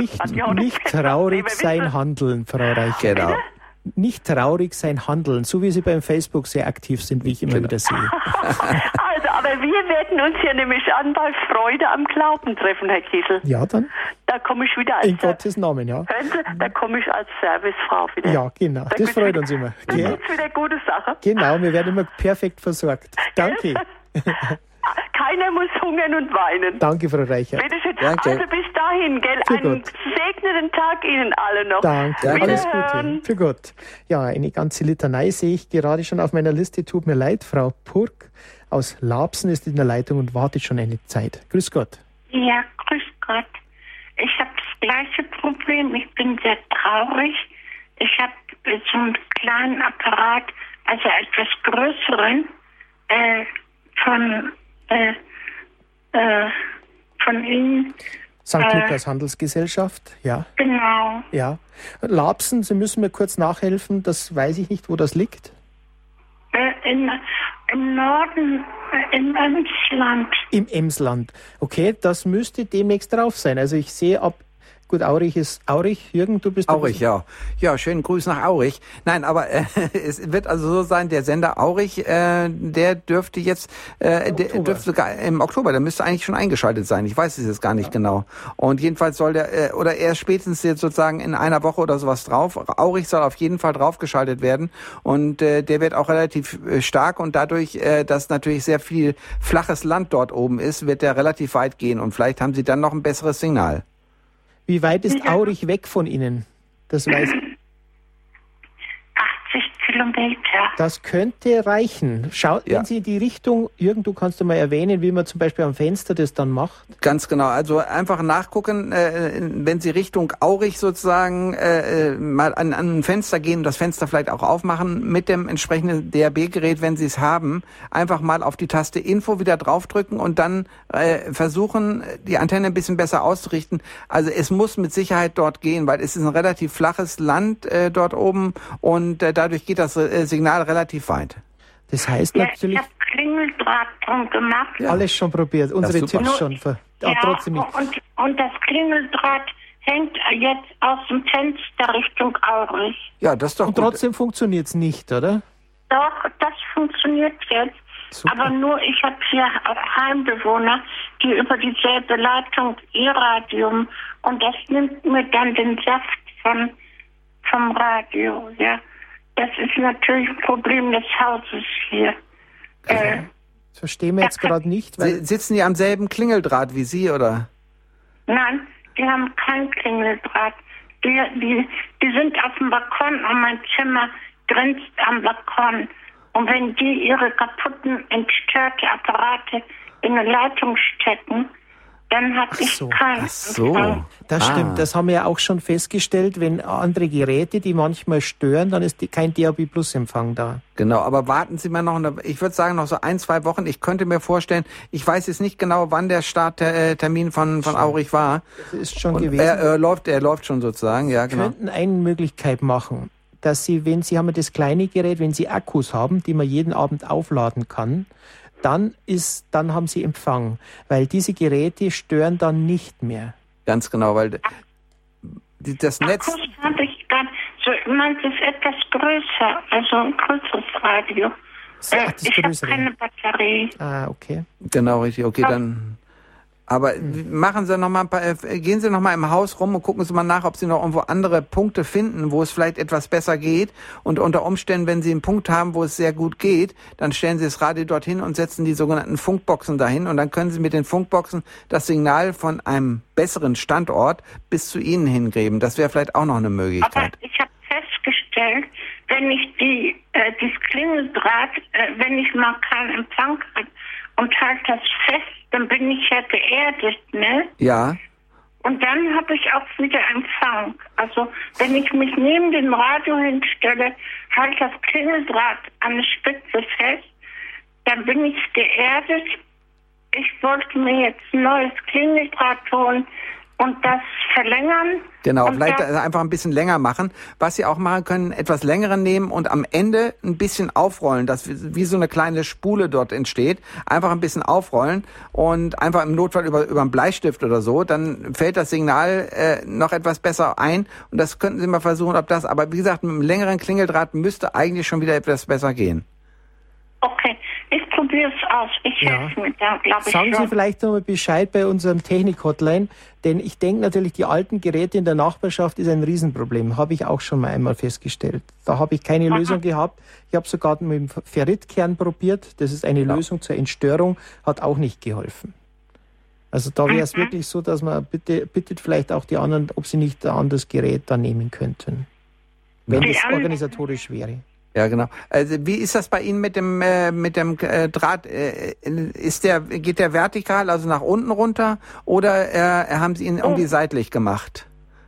Nicht traurig sein Handeln, Frau Reichert. Genau. Nicht traurig sein Handeln, so wie Sie beim Facebook sehr aktiv sind, wie ich immer wieder sehe. Also, aber wir werden uns hier nämlich an bei Freude am Glauben treffen, Herr Kiesel. Ja, dann. Da komme ich wieder als... In Gottes Namen, ja. Hören Sie, da komme ich als Servicefrau wieder. Ja, genau. Das freut uns immer. Das ist wieder eine gute Sache. Genau, wir werden immer perfekt versorgt. Danke. Keiner muss hungern und weinen. Danke, Frau Reichert. Bitteschön. Danke. Also bis dahin, gell? Einen gesegneten Tag Ihnen alle noch. Danke. Alles Gute. Für Gott. Ja, eine ganze Litanei sehe ich gerade schon auf meiner Liste. Tut mir leid, Frau Purk aus Labsen ist in der Leitung und wartet schon eine Zeit. Grüß Gott. Ja, grüß Gott. Ich habe das gleiche Problem. Ich bin sehr traurig. Ich habe so einen kleinen Apparat, also etwas größeren, von von Ihnen. St. Lukas Handelsgesellschaft, ja. Genau. Ja. Labsen, Sie müssen mir kurz nachhelfen, das weiß ich nicht, wo das liegt. Im Norden, im Emsland. Im Emsland. Okay, das müsste demnächst drauf sein. Also ich sehe ab, gut, Aurich ist Aurich. Jürgen, du bist... Aurich, ja. Ja, schönen Gruß nach Aurich. Nein, aber es wird also so sein, der Sender Aurich, der dürfte jetzt, dürfte sogar im Oktober, der müsste eigentlich schon eingeschaltet sein. Ich weiß es jetzt gar nicht genau. Und jedenfalls soll der, oder erst spätestens jetzt sozusagen in einer Woche oder sowas drauf. Aurich soll auf jeden Fall draufgeschaltet werden. Und der wird auch relativ stark. Und dadurch, dass natürlich sehr viel flaches Land dort oben ist, wird der relativ weit gehen. Und vielleicht haben sie dann noch ein besseres Signal. Wie weit ist Aurich weg von Ihnen? Das weiß ich. 80 Kilometer. Das könnte reichen. Wenn Sie die Richtung, Jürgen, du kannst mal erwähnen, wie man zum Beispiel am Fenster das dann macht. Ganz genau. Also einfach nachgucken, wenn Sie Richtung Aurich sozusagen mal an ein Fenster gehen und das Fenster vielleicht auch aufmachen mit dem entsprechenden DAB-Gerät, wenn Sie es haben, einfach mal auf die Taste Info wieder draufdrücken und dann versuchen, die Antenne ein bisschen besser auszurichten. Also es muss mit Sicherheit dort gehen, weil es ist ein relativ flaches Land dort oben und dadurch geht das Signal relativ weit. Das heißt natürlich... Ich habe Klingeldraht drum gemacht. Ja. Alles schon probiert, unsere Tipps schon. Trotzdem nicht. Und das Klingeldraht hängt jetzt aus dem Fenster Richtung Aurich. Ja, das ist doch und gut. Trotzdem funktioniert es nicht, oder? Doch, das funktioniert jetzt. Super. Aber nur, ich habe hier auch Heimbewohner, die über dieselbe Leitung E-Radium und das nimmt mir dann den Saft vom Radio, ja. Das ist natürlich ein Problem des Hauses hier. Das verstehen wir jetzt gerade nicht. Weil Sitzen die am selben Klingeldraht wie Sie, oder? Nein, die haben kein Klingeldraht. Die sind auf dem Balkon und mein Zimmer grenzt am Balkon. Und wenn die ihre kaputten, entstörte Apparate in eine Leitung stecken, dann habe ich keinen Empfang. Das stimmt, das haben wir ja auch schon festgestellt. Wenn andere Geräte, die manchmal stören, dann ist kein DAB Plus Empfang da. Genau, aber warten Sie mal noch, ich würde sagen noch so 1-2 Wochen. Ich könnte mir vorstellen, ich weiß jetzt nicht genau, wann der Starttermin von Aurich war. Das ist schon und gewesen. Er läuft schon sozusagen, ja genau. Wir könnten eine Möglichkeit machen, dass Sie, wenn Sie haben das kleine Gerät, wenn Sie Akkus haben, die man jeden Abend aufladen kann, dann haben Sie Empfang, weil diese Geräte stören dann nicht mehr. Ganz genau, weil das Netz... Akkus habe ich gar nicht. So, meins ist etwas größer, also ein größeres Radio. Ich habe keine Batterie. Ah, okay. Genau, richtig. Okay, dann... Aber machen Sie noch mal gehen Sie noch mal im Haus rum und gucken Sie mal nach, ob Sie noch irgendwo andere Punkte finden, wo es vielleicht etwas besser geht. Und unter Umständen, wenn Sie einen Punkt haben, wo es sehr gut geht, dann stellen Sie das Radio dorthin und setzen die sogenannten Funkboxen dahin. Und dann können Sie mit den Funkboxen das Signal von einem besseren Standort bis zu Ihnen hingeben. Das wäre vielleicht auch noch eine Möglichkeit. Aber ich habe festgestellt, wenn ich das Klingeldraht, wenn ich mal keinen Empfang habe und halte das fest, dann bin ich ja geerdet, ne? Ja. Und dann habe ich auch wieder Empfang. Also wenn ich mich neben dem Radio hinstelle, halte das Klingeldraht an der Spitze fest, dann bin ich geerdet. Ich wollte mir jetzt ein neues Klingeldraht holen und das verlängern. Genau, vielleicht einfach ein bisschen länger machen. Was Sie auch machen können, etwas längeren nehmen und am Ende ein bisschen aufrollen, dass wie so eine kleine Spule dort entsteht. Einfach ein bisschen aufrollen und einfach im Notfall über einen Bleistift oder so, dann fällt das Signal noch etwas besser ein. Und das könnten Sie mal versuchen, ob das, aber wie gesagt, mit einem längeren Klingeldraht müsste eigentlich schon wieder etwas besser gehen. Okay, ich probiere es aus. Ich helfe mir da, glaube ich. Sagen Sie vielleicht noch mal Bescheid bei unserem Technik-Hotline, denn ich denke natürlich, die alten Geräte in der Nachbarschaft ist ein Riesenproblem. Habe ich auch schon mal einmal festgestellt. Da habe ich keine Lösung gehabt. Ich habe sogar mit dem Ferritkern probiert. Das ist eine Lösung zur Entstörung, hat auch nicht geholfen. Also da wäre es wirklich so, dass man bittet vielleicht auch die anderen, ob sie nicht ein anderes Gerät da nehmen könnten. Wenn das organisatorisch wäre. Ja, genau. Also wie ist das bei Ihnen mit dem Draht? Geht der vertikal, also nach unten runter, oder haben Sie ihn irgendwie seitlich gemacht?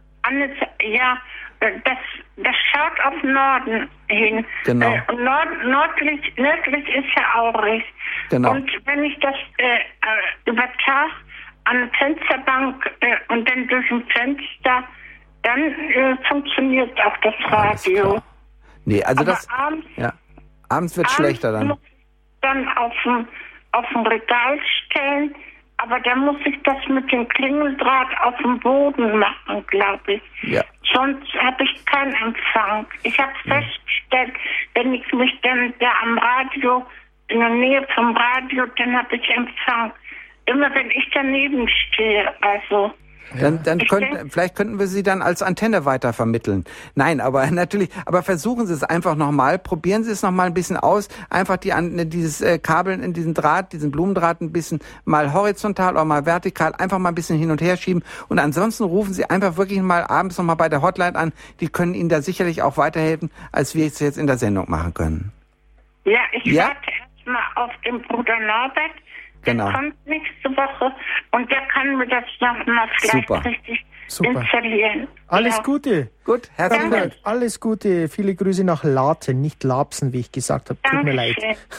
Ja, das schaut auf Norden hin. Genau. Nördlich ist ja Aurich. Genau. Und wenn ich das über Tag an der Fensterbank und dann durch ein Fenster, dann funktioniert auch das Radio. Nee, also aber das... Abends wird schlechter dann. Muss ich dann auf dem Regal stellen, aber dann muss ich das mit dem Klingeldraht auf dem Boden machen, glaube ich. Ja. Sonst habe ich keinen Empfang. Ich habe festgestellt, wenn ich mich dann da am Radio, in der Nähe vom Radio, dann habe ich Empfang. Immer wenn ich daneben stehe, also... Vielleicht könnten wir sie dann als Antenne weitervermitteln. Nein, aber natürlich, aber versuchen Sie es einfach nochmal, probieren Sie es nochmal ein bisschen aus, einfach dieses Kabel in diesen Draht, diesen Blumendraht ein bisschen mal horizontal oder mal vertikal, einfach mal ein bisschen hin und her schieben und ansonsten rufen Sie einfach wirklich mal abends nochmal bei der Hotline an, die können Ihnen da sicherlich auch weiterhelfen, als wir es jetzt in der Sendung machen können. Ja, ich warte erstmal auf den Bruder Norbert. Der kommt nächste Woche und der kann mir das nochmal vielleicht richtig installieren. Alles Gute. Gut, herzlichen Dank. Alles Gute. Viele Grüße nach Laten, nicht Lapsen, wie ich gesagt habe. Tut mir leid.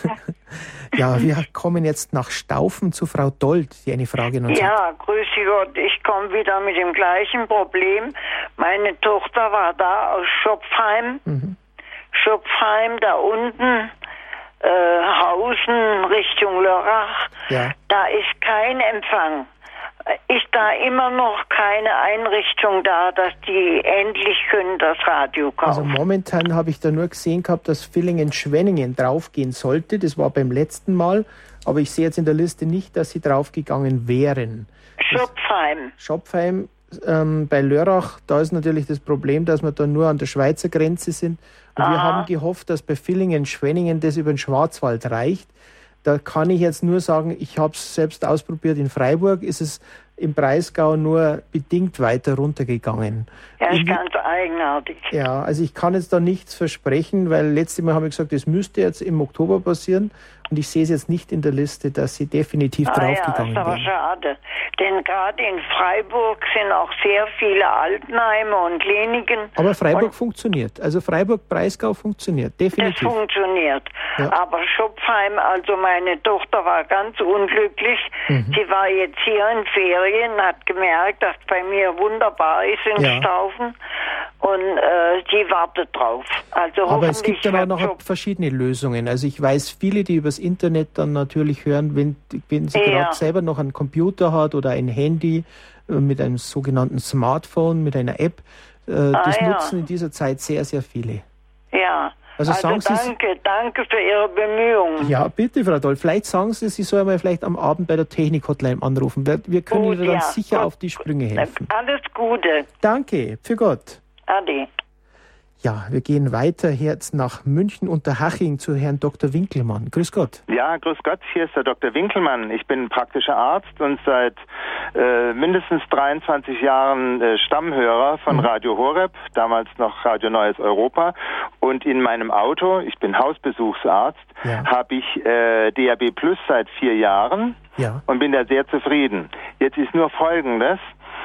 Ja, wir kommen jetzt nach Staufen zu Frau Dold, die eine Frage noch hat. Ja, grüße Gott. Ich komme wieder mit dem gleichen Problem. Meine Tochter war da aus Schopfheim. Schopfheim, da unten. Hausen Richtung Lörrach, da ist kein Empfang. Ist da immer noch keine Einrichtung da, dass die endlich können das Radio kaufen? Also momentan habe ich da nur gesehen gehabt, dass Villingen-Schwenningen draufgehen sollte. Das war beim letzten Mal, aber ich sehe jetzt in der Liste nicht, dass sie draufgegangen wären. Schopfheim. Bei Lörrach, da ist natürlich das Problem, dass wir da nur an der Schweizer Grenze sind. Und wir haben gehofft, dass bei Villingen-Schwenningen das über den Schwarzwald reicht. Da kann ich jetzt nur sagen, ich habe es selbst ausprobiert. In Freiburg ist es im Breisgau nur bedingt weiter runtergegangen. Ja, ist ganz eigenartig. Ja, also ich kann jetzt da nichts versprechen, weil letztes Mal habe ich gesagt, das müsste jetzt im Oktober passieren. Und ich sehe es jetzt nicht in der Liste, dass sie definitiv draufgegangen ist aber wären. Schade. Denn gerade in Freiburg sind auch sehr viele Altenheime und Kliniken. Aber Freiburg funktioniert. Also Freiburg-Breisgau funktioniert, definitiv. Das funktioniert. Ja. Aber Schopfheim, also meine Tochter war ganz unglücklich. Sie war jetzt hier in Ferien, hat gemerkt, dass bei mir wunderbar ist in Staufen. Und sie wartet drauf. Also aber es gibt dann auch noch verschiedene Lösungen. Also ich weiß, viele, die übers Internet dann natürlich hören, wenn sie gerade selber noch einen Computer hat oder ein Handy mit einem sogenannten Smartphone, mit einer App, das nutzen in dieser Zeit sehr, sehr viele. Ja. Also danke für Ihre Bemühungen. Ja, bitte, Frau Doll. Vielleicht sagen Sie soll einmal vielleicht am Abend bei der Technik-Hotline anrufen. Wir können Ihnen dann sicher auf die Sprünge helfen. Alles Gute. Danke, für Gott. Ade. Ja, wir gehen weiter jetzt nach München Unterhaching zu Herrn Dr. Winkelmann. Grüß Gott. Ja, grüß Gott, hier ist der Dr. Winkelmann. Ich bin praktischer Arzt und seit mindestens 23 Jahren Stammhörer von Radio Horeb, damals noch Radio Neues Europa. Und in meinem Auto, ich bin Hausbesuchsarzt, habe ich DAB Plus seit 4 Jahren und bin da sehr zufrieden. Jetzt ist nur Folgendes.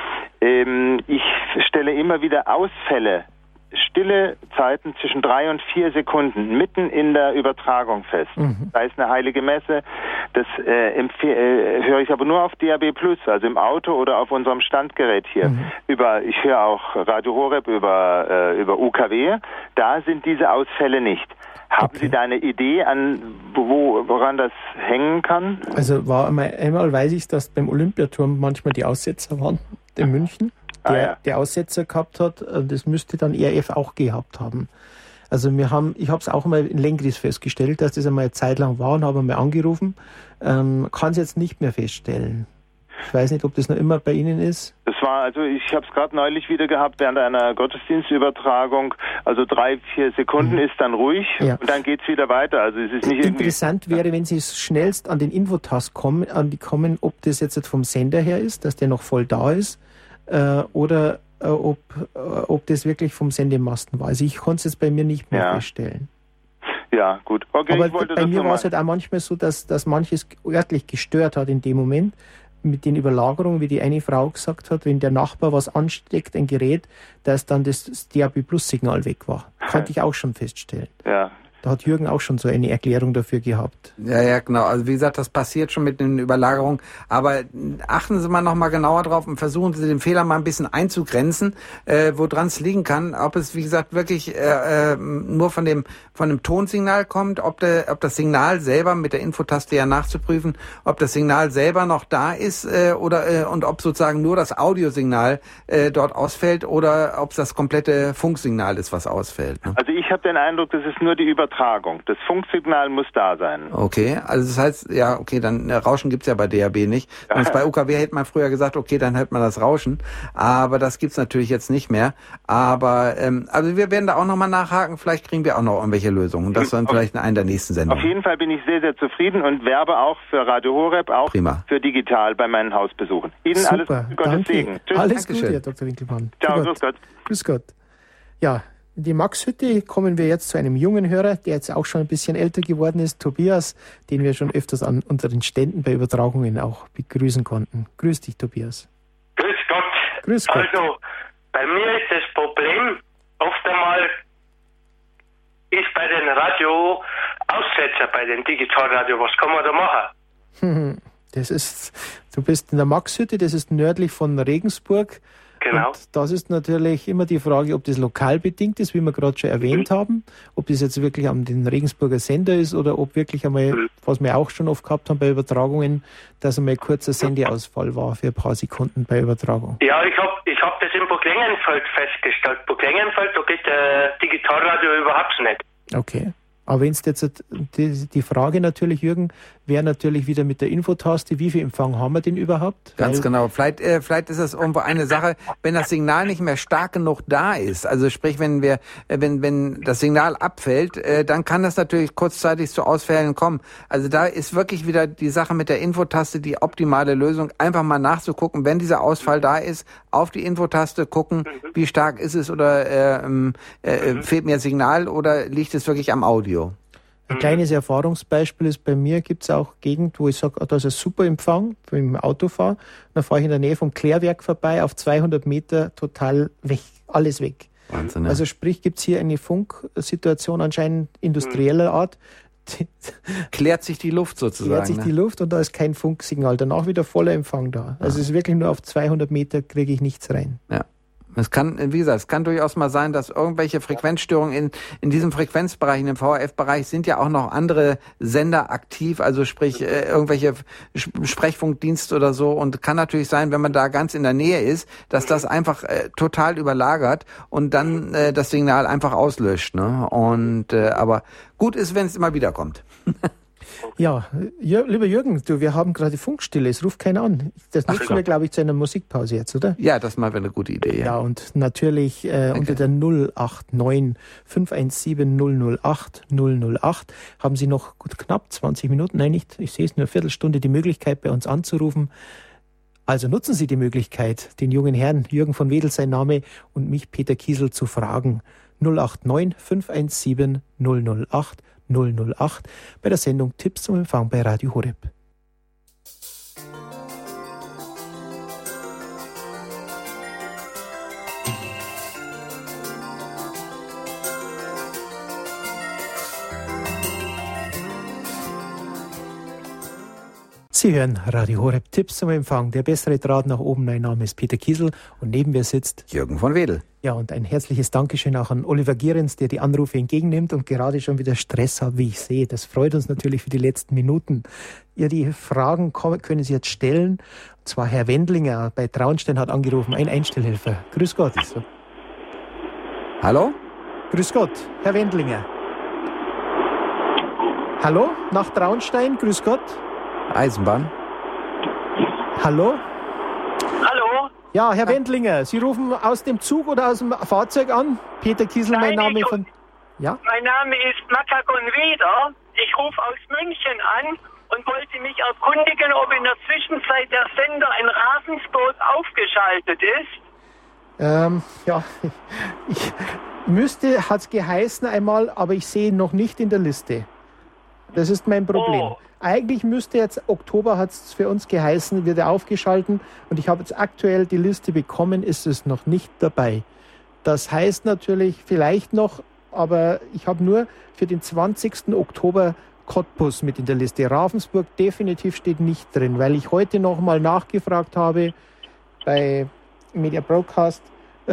Ich stelle immer wieder Ausfälle, stille Zeiten zwischen 3 und 4 Sekunden mitten in der Übertragung fest. Da ist eine heilige Messe. Das höre ich aber nur auf DAB+, also im Auto oder auf unserem Standgerät hier. Ich höre auch Radio Horeb über UKW. Da sind diese Ausfälle nicht. Haben Sie da eine Idee, woran das hängen kann? Also einmal weiß ich, dass beim Olympiaturm manchmal die Aussetzer waren in München. Der Aussetzer gehabt hat, das müsste dann ERF auch gehabt haben. Also ich habe es auch mal in Lengries festgestellt, dass das einmal eine Zeit lang war und habe mal angerufen. Kann es jetzt nicht mehr feststellen. Ich weiß nicht, ob das noch immer bei Ihnen ist. Ich habe es gerade neulich wieder gehabt während einer Gottesdienstübertragung. Also 3-4 Sekunden ist dann ruhig und dann geht es wieder weiter. Also es ist nicht interessant wäre, wenn Sie schnellst an den Infotast kommen, ob das jetzt vom Sender her ist, dass der noch voll da ist, oder ob das wirklich vom Sendemasten war. Also ich konnte es jetzt bei mir nicht mehr feststellen. Ja, gut. Okay, aber bei mir war es halt auch manchmal so, dass manches örtlich gestört hat in dem Moment mit den Überlagerungen, wie die eine Frau gesagt hat, wenn der Nachbar was ansteckt, ein Gerät, dass dann das DAB-Plus-Signal weg war. Konnte ich auch schon feststellen. Ja. Da hat Jürgen auch schon so eine Erklärung dafür gehabt. Ja, genau. Also wie gesagt, das passiert schon mit den Überlagerungen. Aber achten Sie mal noch mal genauer drauf und versuchen Sie den Fehler mal ein bisschen einzugrenzen, woran es liegen kann. Ob es, wie gesagt, wirklich nur von dem Tonsignal kommt, ob das Signal selber mit der Infotaste ja nachzuprüfen, ob das Signal selber noch da ist und ob sozusagen nur das Audiosignal dort ausfällt oder ob es das komplette Funksignal ist, was ausfällt. Ne? Also ich habe den Eindruck, das ist nur die Übertragung. Das Funksignal muss da sein. Okay, also das heißt, ja, okay, dann Rauschen gibt's ja bei DAB nicht. Und bei UKW hätte man früher gesagt, okay, dann hört man das Rauschen. Aber das gibt's natürlich jetzt nicht mehr. Aber also wir werden da auch nochmal nachhaken. Vielleicht kriegen wir auch noch irgendwelche Lösungen. Das dann vielleicht in einer der nächsten Sendungen. Auf jeden Fall bin ich sehr, sehr zufrieden und werbe auch für Radio Horeb, auch Prima. Für digital bei meinen Hausbesuchen. Ihnen Super, alles Gute, Gottes Segen. Tschüss. Alles Dankeschön. Gute, Herr Dr. Winkelmann. Ciao, grüß Gott. Grüß Gott. Ja, in die Maxhütte kommen wir jetzt zu einem jungen Hörer, der jetzt auch schon ein bisschen älter geworden ist, Tobias, den wir schon öfters an unseren Ständen bei Übertragungen auch begrüßen konnten. Grüß dich, Tobias. Grüß Gott. Grüß Gott. Also, bei mir ist das Problem, oft einmal ist bei den Radio Aussetzer, bei den Digitalradio. Was kann man da machen? Du bist in der Maxhütte, das ist nördlich von Regensburg. Genau. Und das ist natürlich immer die Frage, ob das lokal bedingt ist, wie wir gerade schon erwähnt haben, ob das jetzt wirklich am den Regensburger Sender ist oder ob wirklich einmal, was wir auch schon oft gehabt haben bei Übertragungen, dass einmal kurzer Sendeausfall war für ein paar Sekunden bei Übertragung. Ja, ich hab das in Burg Lengenfeld festgestellt. Burg Lengenfeld, da geht der Digitalradio überhaupt nicht. Okay. Aber wenn es jetzt die Frage natürlich, Jürgen, wäre natürlich wieder mit der Infotaste, wie viel Empfang haben wir denn überhaupt? Ganz genau. Vielleicht ist das irgendwo eine Sache, wenn das Signal nicht mehr stark genug da ist. Also sprich, wenn das Signal abfällt, dann kann das natürlich kurzzeitig zu Ausfällen kommen. Also da ist wirklich wieder die Sache mit der Infotaste die optimale Lösung. Einfach mal nachzugucken, wenn dieser Ausfall da ist, auf die Infotaste gucken, wie stark ist es oder fehlt mir Signal oder liegt es wirklich am Audio? Ein kleines Erfahrungsbeispiel ist, bei mir gibt es auch Gegend, wo ich sage, da ist ein super Empfang, wenn ich mit dem Auto fahre. Dann fahre ich in der Nähe vom Klärwerk vorbei, auf 200 Meter total weg, alles weg. Wahnsinn, ja. Also sprich, gibt es hier eine Funksituation anscheinend industrieller Art. Klärt sich die Luft sozusagen. Klärt sich die Luft und da ist kein Funksignal. Danach wieder voller Empfang da. Also es ist wirklich nur auf 200 Meter kriege ich nichts rein. Ja. Es kann, wie gesagt, es kann durchaus mal sein, dass irgendwelche Frequenzstörungen in diesem Frequenzbereich, in dem VHF-Bereich, sind ja auch noch andere Sender aktiv, also sprich irgendwelche Sprechfunkdienste oder so. Und kann natürlich sein, wenn man da ganz in der Nähe ist, dass das einfach total überlagert und dann das Signal einfach auslöscht. Ne? Und aber gut ist, wenn es immer wieder kommt. Ja, lieber Jürgen, wir haben gerade Funkstille, es ruft keiner an. Das nutzen wir, glaube ich, zu einer Musikpause jetzt, oder? Ja, das ist mal eine gute Idee. Ja, und natürlich unter der 089 517 008 008 haben Sie noch gut knapp 20 Minuten, nein nicht, ich sehe es nur eine Viertelstunde, die Möglichkeit bei uns anzurufen. Also nutzen Sie die Möglichkeit, den jungen Herrn Jürgen von Wedel, sein Name, und mich, Peter Kiesel, zu fragen. 089 517 008 008 bei der Sendung Tipps zum Empfang bei Radio Horeb. Sie hören Radio Horeb, Tipps zum Empfang. Der bessere Draht nach oben. Mein Name ist Peter Kiesel und neben mir sitzt Jürgen von Wedel. Ja, und ein herzliches Dankeschön auch an Oliver Gierens, der die Anrufe entgegennimmt und gerade schon wieder Stress hat, wie ich sehe. Das freut uns natürlich für die letzten Minuten. Ja, die Fragen können Sie jetzt stellen. Und zwar Herr Wendlinger bei Traunstein hat angerufen, ein Einstellhelfer. Grüß Gott. Hallo? Grüß Gott, Herr Wendlinger. Hallo, nach Traunstein, grüß Gott. Eisenbahn. Hallo? Hallo? Ja, Herr Wendlinger, Sie rufen aus dem Zug oder aus dem Fahrzeug an? Peter Kiesel, mein Name von... Ja? Mein Name ist Matagon Weder. Ich rufe aus München an und wollte mich erkundigen, ob in der Zwischenzeit der Sender in Ravensburg aufgeschaltet ist. Ja, hat es geheißen einmal, aber ich sehe ihn noch nicht in der Liste. Das ist mein Problem. Oh. Eigentlich müsste jetzt, Oktober hat es für uns geheißen, wird er aufgeschalten und ich habe jetzt aktuell die Liste bekommen, ist es noch nicht dabei. Das heißt natürlich vielleicht noch aber ich habe nur für den 20. Oktober Cottbus mit in der Liste. Ravensburg definitiv steht nicht drin, weil ich heute nochmal nachgefragt habe bei Media Broadcast,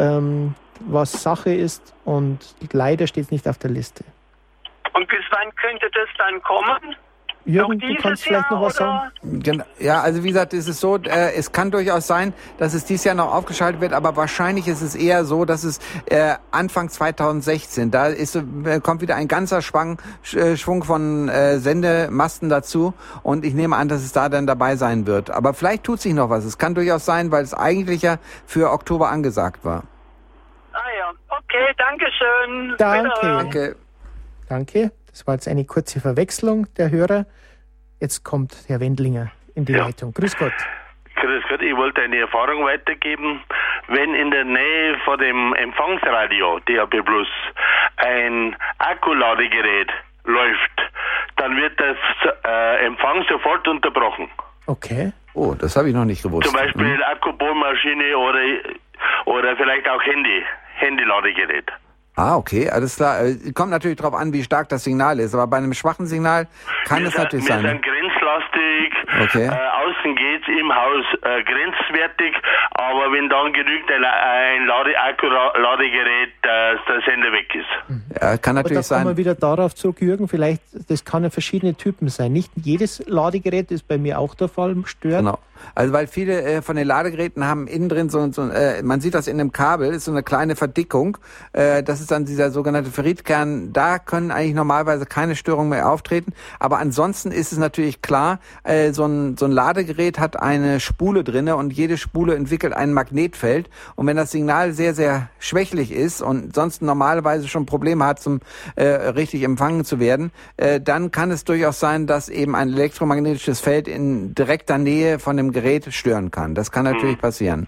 was Sache ist, und leider steht es nicht auf der Liste. Und bis wann könnte das dann kommen? Jürgen, du kannst vielleicht noch was sagen? Ja, also wie gesagt, es ist so, es kann durchaus sein, dass es dieses Jahr noch aufgeschaltet wird, aber wahrscheinlich ist es eher so, dass es Anfang 2016, da kommt wieder ein ganzer Schwung von Sendemasten dazu, und ich nehme an, dass es da dann dabei sein wird. Aber vielleicht tut sich noch was. Es kann durchaus sein, weil es eigentlich ja für Oktober angesagt war. Ah ja, okay, danke schön. Danke. Danke. Das war jetzt eine kurze Verwechslung der Hörer. Jetzt kommt Herr Wendlinger in die Leitung. Grüß Gott. Grüß Gott, ich wollte eine Erfahrung weitergeben. Wenn in der Nähe vor dem Empfangsradio DAB+ ein Akkuladegerät läuft, dann wird das Empfang sofort unterbrochen. Okay. Oh, das habe ich noch nicht gewusst. Zum Beispiel Akkubohrmaschine oder vielleicht auch Handyladegerät. Ah, okay, alles klar. Kommt natürlich darauf an, wie stark das Signal ist, aber bei einem schwachen Signal kann es natürlich sein. Wir sind grenzlastig, okay. Außen geht's im Haus grenzwertig, aber wenn dann genügt ein Akkuladegerät, dass der Sender weg ist. Ja, kann natürlich sein. Da kommen wir wieder darauf zurück, Jürgen, vielleicht, das kann ja verschiedene Typen sein. Nicht jedes Ladegerät ist bei mir auch der Fall, stört. Genau. Also weil viele von den Ladegeräten haben innen drin man sieht das in dem Kabel, ist so eine kleine Verdickung. Das ist dann dieser sogenannte Ferritkern. Da können eigentlich normalerweise keine Störungen mehr auftreten. Aber ansonsten ist es natürlich klar, so ein Ladegerät hat eine Spule drinne, und jede Spule entwickelt ein Magnetfeld. Und wenn das Signal sehr, sehr schwächlich ist und sonst normalerweise schon Probleme hat, zum richtig empfangen zu werden, dann kann es durchaus sein, dass eben ein elektromagnetisches Feld in direkter Nähe von dem Gerät stören kann. Das kann natürlich passieren.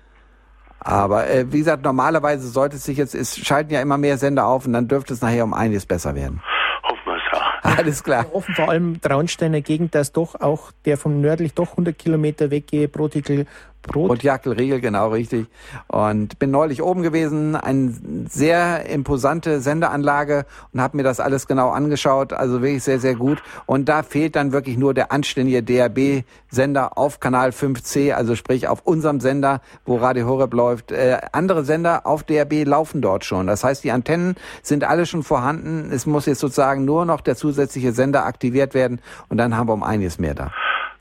Aber wie gesagt, normalerweise sollte es sich es schalten ja immer mehr Sender auf, und dann dürfte es nachher um einiges besser werden. Hoffen wir es ja. Alles klar. Wir hoffen vor allem Traunsteiner Gegend, dass doch auch der vom nördlich doch 100 Kilometer weggehe, Brotjackel-Riegel, genau, richtig. Und bin neulich oben gewesen, eine sehr imposante Sendeanlage, und habe mir das alles genau angeschaut, also wirklich sehr, sehr gut. Und da fehlt dann wirklich nur der anständige DAB-Sender auf Kanal 5C, also sprich auf unserem Sender, wo Radio Horeb läuft. Andere Sender auf DAB laufen dort schon. Das heißt, die Antennen sind alle schon vorhanden. Es muss jetzt sozusagen nur noch der zusätzliche Sender aktiviert werden, und dann haben wir um einiges mehr da.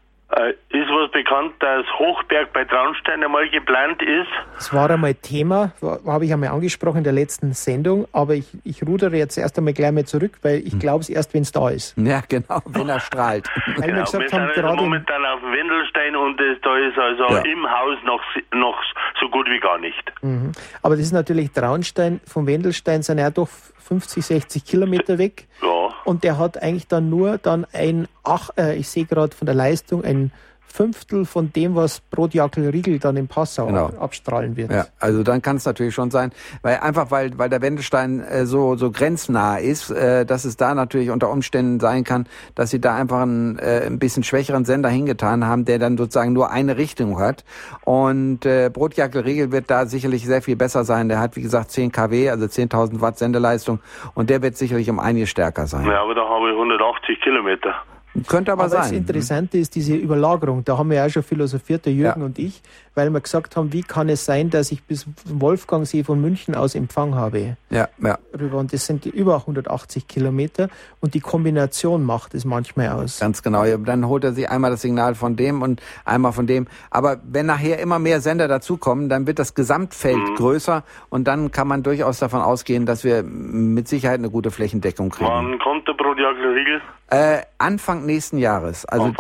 Ist was bekannt, dass Hochberg bei Traunstein einmal geplant ist? Das war einmal Thema, habe ich einmal angesprochen in der letzten Sendung, aber ich rudere jetzt erst einmal gleich mal zurück, weil ich glaube es erst, wenn es da ist. Ja, genau, wenn er strahlt. Weil wir gesagt haben, sind gerade momentan auf dem Wendelstein, und da ist also im Haus noch so gut wie gar nicht. Mhm. Aber das ist natürlich Traunstein, vom Wendelstein sind ja doch 50, 60 Kilometer weg. Ja. Und der hat eigentlich dann nur ich sehe gerade von der Leistung, ein Fünftel von dem, was Brotjackel-Riegel dann in Passau abstrahlen wird. Ja, also dann kann es natürlich schon sein, weil der Wendelstein so grenznah ist, dass es da natürlich unter Umständen sein kann, dass sie da einfach einen bisschen schwächeren Sender hingetan haben, der dann sozusagen nur eine Richtung hat. Und Brotjackel-Riegel wird da sicherlich sehr viel besser sein. Der hat, wie gesagt, 10 kW, also 10.000 Watt Sendeleistung, und der wird sicherlich um einiges stärker sein. Ja, aber da habe ich 180 Kilometer. Könnte aber sein. Das Interessante ist diese Überlagerung. Da haben wir ja auch schon philosophiert, der Jürgen und ich, weil wir gesagt haben, wie kann es sein, dass ich bis Wolfgangsee von München aus Empfang habe? Ja. Rüber. Und das sind über 180 Kilometer, und die Kombination macht es manchmal aus. Ganz genau. Ja, dann holt er sich einmal das Signal von dem und einmal von dem. Aber wenn nachher immer mehr Sender dazukommen, dann wird das Gesamtfeld größer, und dann kann man durchaus davon ausgehen, dass wir mit Sicherheit eine gute Flächendeckung kriegen. Wann kommt der Brotjackel-Riegel? Anfang nächsten Jahres. Also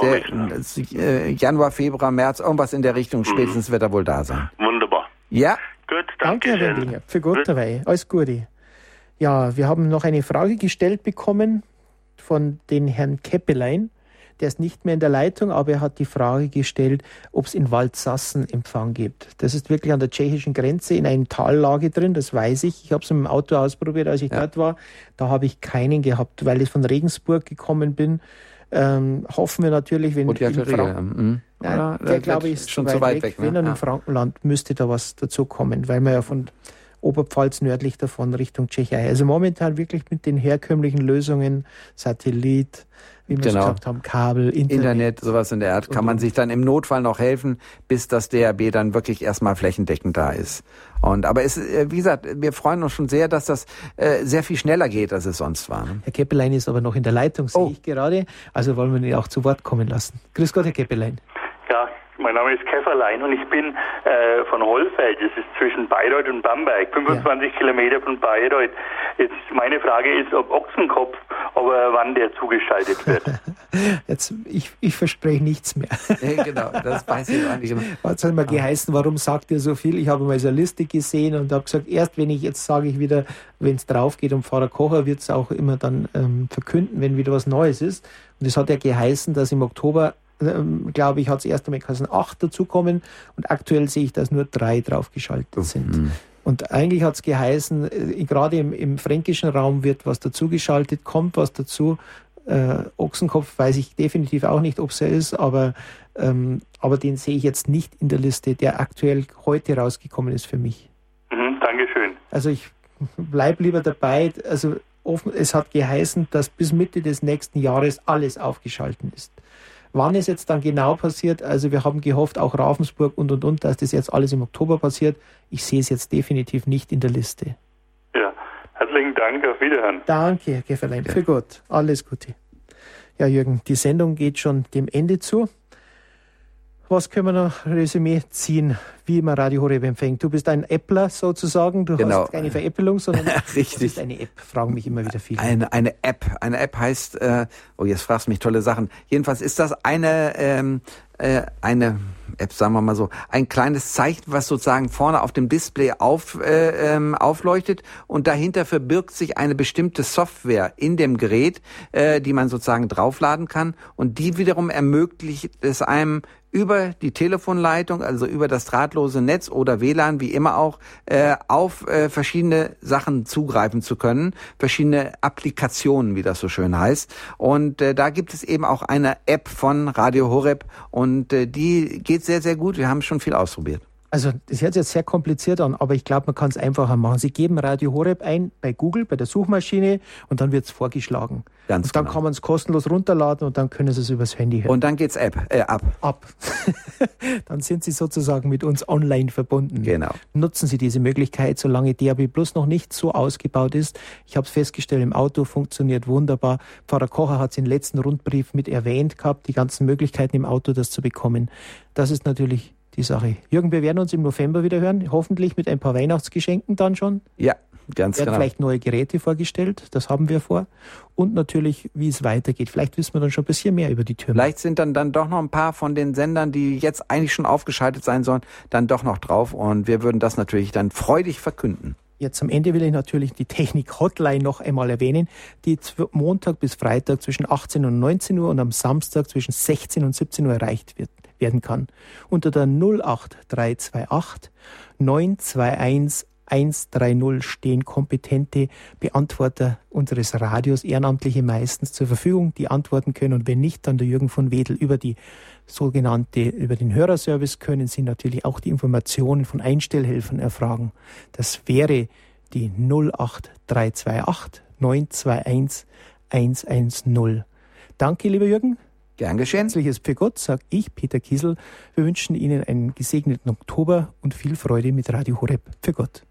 Januar, Februar, März, irgendwas in der Richtung, spätestens wird er wohl da sein. Wunderbar. Ja. Gut, danke Herr Wendlinger. Für Gott dabei. Alles Gute. Ja, wir haben noch eine Frage gestellt bekommen von den Herrn Keppelein. Der ist nicht mehr in der Leitung, aber er hat die Frage gestellt, ob es in Waldsassen Empfang gibt. Das ist wirklich an der tschechischen Grenze in einer Tallage drin, das weiß ich. Ich habe es mit dem Auto ausprobiert, als ich dort war. Da habe ich keinen gehabt, weil ich von Regensburg gekommen bin. Hoffen wir natürlich, wenn der glaube ich ist schon zu weit weg. Wenn er im Frankenland müsste da was dazu kommen, weil wir ja von Oberpfalz nördlich davon Richtung Tschechei. Also momentan wirklich mit den herkömmlichen Lösungen, Satellit, wie wir es gesagt haben, Kabel, Internet, sowas in der Art, kann man sich dann im Notfall noch helfen, bis das DAB dann wirklich erstmal flächendeckend da ist. Aber es, wie gesagt, wir freuen uns schon sehr, dass das sehr viel schneller geht, als es sonst war. Ne? Herr Keppelein ist aber noch in der Leitung, sehe ich gerade. Also wollen wir ihn auch zu Wort kommen lassen. Grüß Gott, Herr Keppelein. Ja, mein Name ist Käferlein und ich bin von Hollfeld. Das ist zwischen Bayreuth und Bamberg, 25 Kilometer von Bayreuth. Jetzt meine Frage ist, ob Ochsenkopf, wann der zugeschaltet wird. Jetzt, ich verspreche nichts mehr. Genau, das weiß ich auch nicht. Hat es mal geheißen, warum sagt ihr so viel? Ich habe mal so eine Liste gesehen und habe gesagt, erst wenn es drauf geht um Pfarrer Kocher, wird es auch immer dann verkünden, wenn wieder was Neues ist. Und es hat ja geheißen, dass im Oktober, glaube ich, hat es erst einmal geheißen, 8 dazukommen und aktuell sehe ich, dass nur 3 draufgeschaltet sind. Und eigentlich hat es geheißen, gerade im fränkischen Raum wird was dazugeschaltet, kommt was dazu. Ochsenkopf weiß ich definitiv auch nicht, ob es er ist, aber den sehe ich jetzt nicht in der Liste, der aktuell heute rausgekommen ist für mich. Dankeschön. Also ich bleibe lieber dabei. Also es hat geheißen, dass bis Mitte des nächsten Jahres alles aufgeschaltet ist. Wann es jetzt dann genau passiert, also wir haben gehofft, auch Ravensburg und, dass das jetzt alles im Oktober passiert. Ich sehe es jetzt definitiv nicht in der Liste. Ja, herzlichen Dank, auf Wiederhören. Danke, Herr Käferlein, für Gott. Alles Gute. Ja, Jürgen, die Sendung geht schon dem Ende zu. Was können wir noch Resümee ziehen, wie man Radio Horeb empfängt? Du bist ein Appler sozusagen, du hast keine Veräppelung, sondern du bist eine App, fragen mich immer wieder viele. Eine App heißt, jetzt fragst du mich tolle Sachen. Jedenfalls ist das eine App, sagen wir mal so, ein kleines Zeichen, was sozusagen vorne auf dem Display aufleuchtet und dahinter verbirgt sich eine bestimmte Software in dem Gerät, die man sozusagen draufladen kann und die wiederum ermöglicht es einem über die Telefonleitung, also über das drahtlose Netz oder WLAN, wie immer auch, auf verschiedene Sachen zugreifen zu können, verschiedene Applikationen, wie das so schön heißt. Und da gibt es eben auch eine App von Radio Horeb und die geht sehr, sehr gut. Wir haben schon viel ausprobiert. Also das hört sich jetzt sehr kompliziert an, aber ich glaube, man kann es einfacher machen. Sie geben Radio Horeb ein bei Google, bei der Suchmaschine und dann wird es vorgeschlagen. Ganz und dann kann man es kostenlos runterladen und dann können Sie es übers Handy hören. Und dann geht's ab. Dann sind Sie sozusagen mit uns online verbunden. Genau. Nutzen Sie diese Möglichkeit, solange DAB+ noch nicht so ausgebaut ist. Ich habe es festgestellt, im Auto funktioniert wunderbar. Pfarrer Kocher hat es im letzten Rundbrief mit erwähnt gehabt, die ganzen Möglichkeiten im Auto, das zu bekommen. Das ist natürlich die Sache. Jürgen, wir werden uns im November wieder hören, hoffentlich mit ein paar Weihnachtsgeschenken dann schon. Ja, ganz genau. Vielleicht neue Geräte vorgestellt, das haben wir vor. Und natürlich, wie es weitergeht. Vielleicht wissen wir dann schon ein bisschen mehr über die Türme. Vielleicht sind dann doch noch ein paar von den Sendern, die jetzt eigentlich schon aufgeschaltet sein sollen, dann doch noch drauf. Und wir würden das natürlich dann freudig verkünden. Jetzt am Ende will ich natürlich die Technik-Hotline noch einmal erwähnen, die Montag bis Freitag zwischen 18 und 19 Uhr und am Samstag zwischen 16 und 17 Uhr erreicht werden kann. Unter der 08328 921 130 stehen kompetente Beantworter unseres Radios, Ehrenamtliche meistens, zur Verfügung, die antworten können. Und wenn nicht, dann der Jürgen von Wedel über den Hörerservice können Sie natürlich auch die Informationen von Einstellhelfern erfragen. Das wäre die 08328 921 110. Danke, lieber Jürgen. Gern geschehen. Herzliches für Gott, sage ich, Peter Kiesel. Wir wünschen Ihnen einen gesegneten Oktober und viel Freude mit Radio Horeb. Für Gott.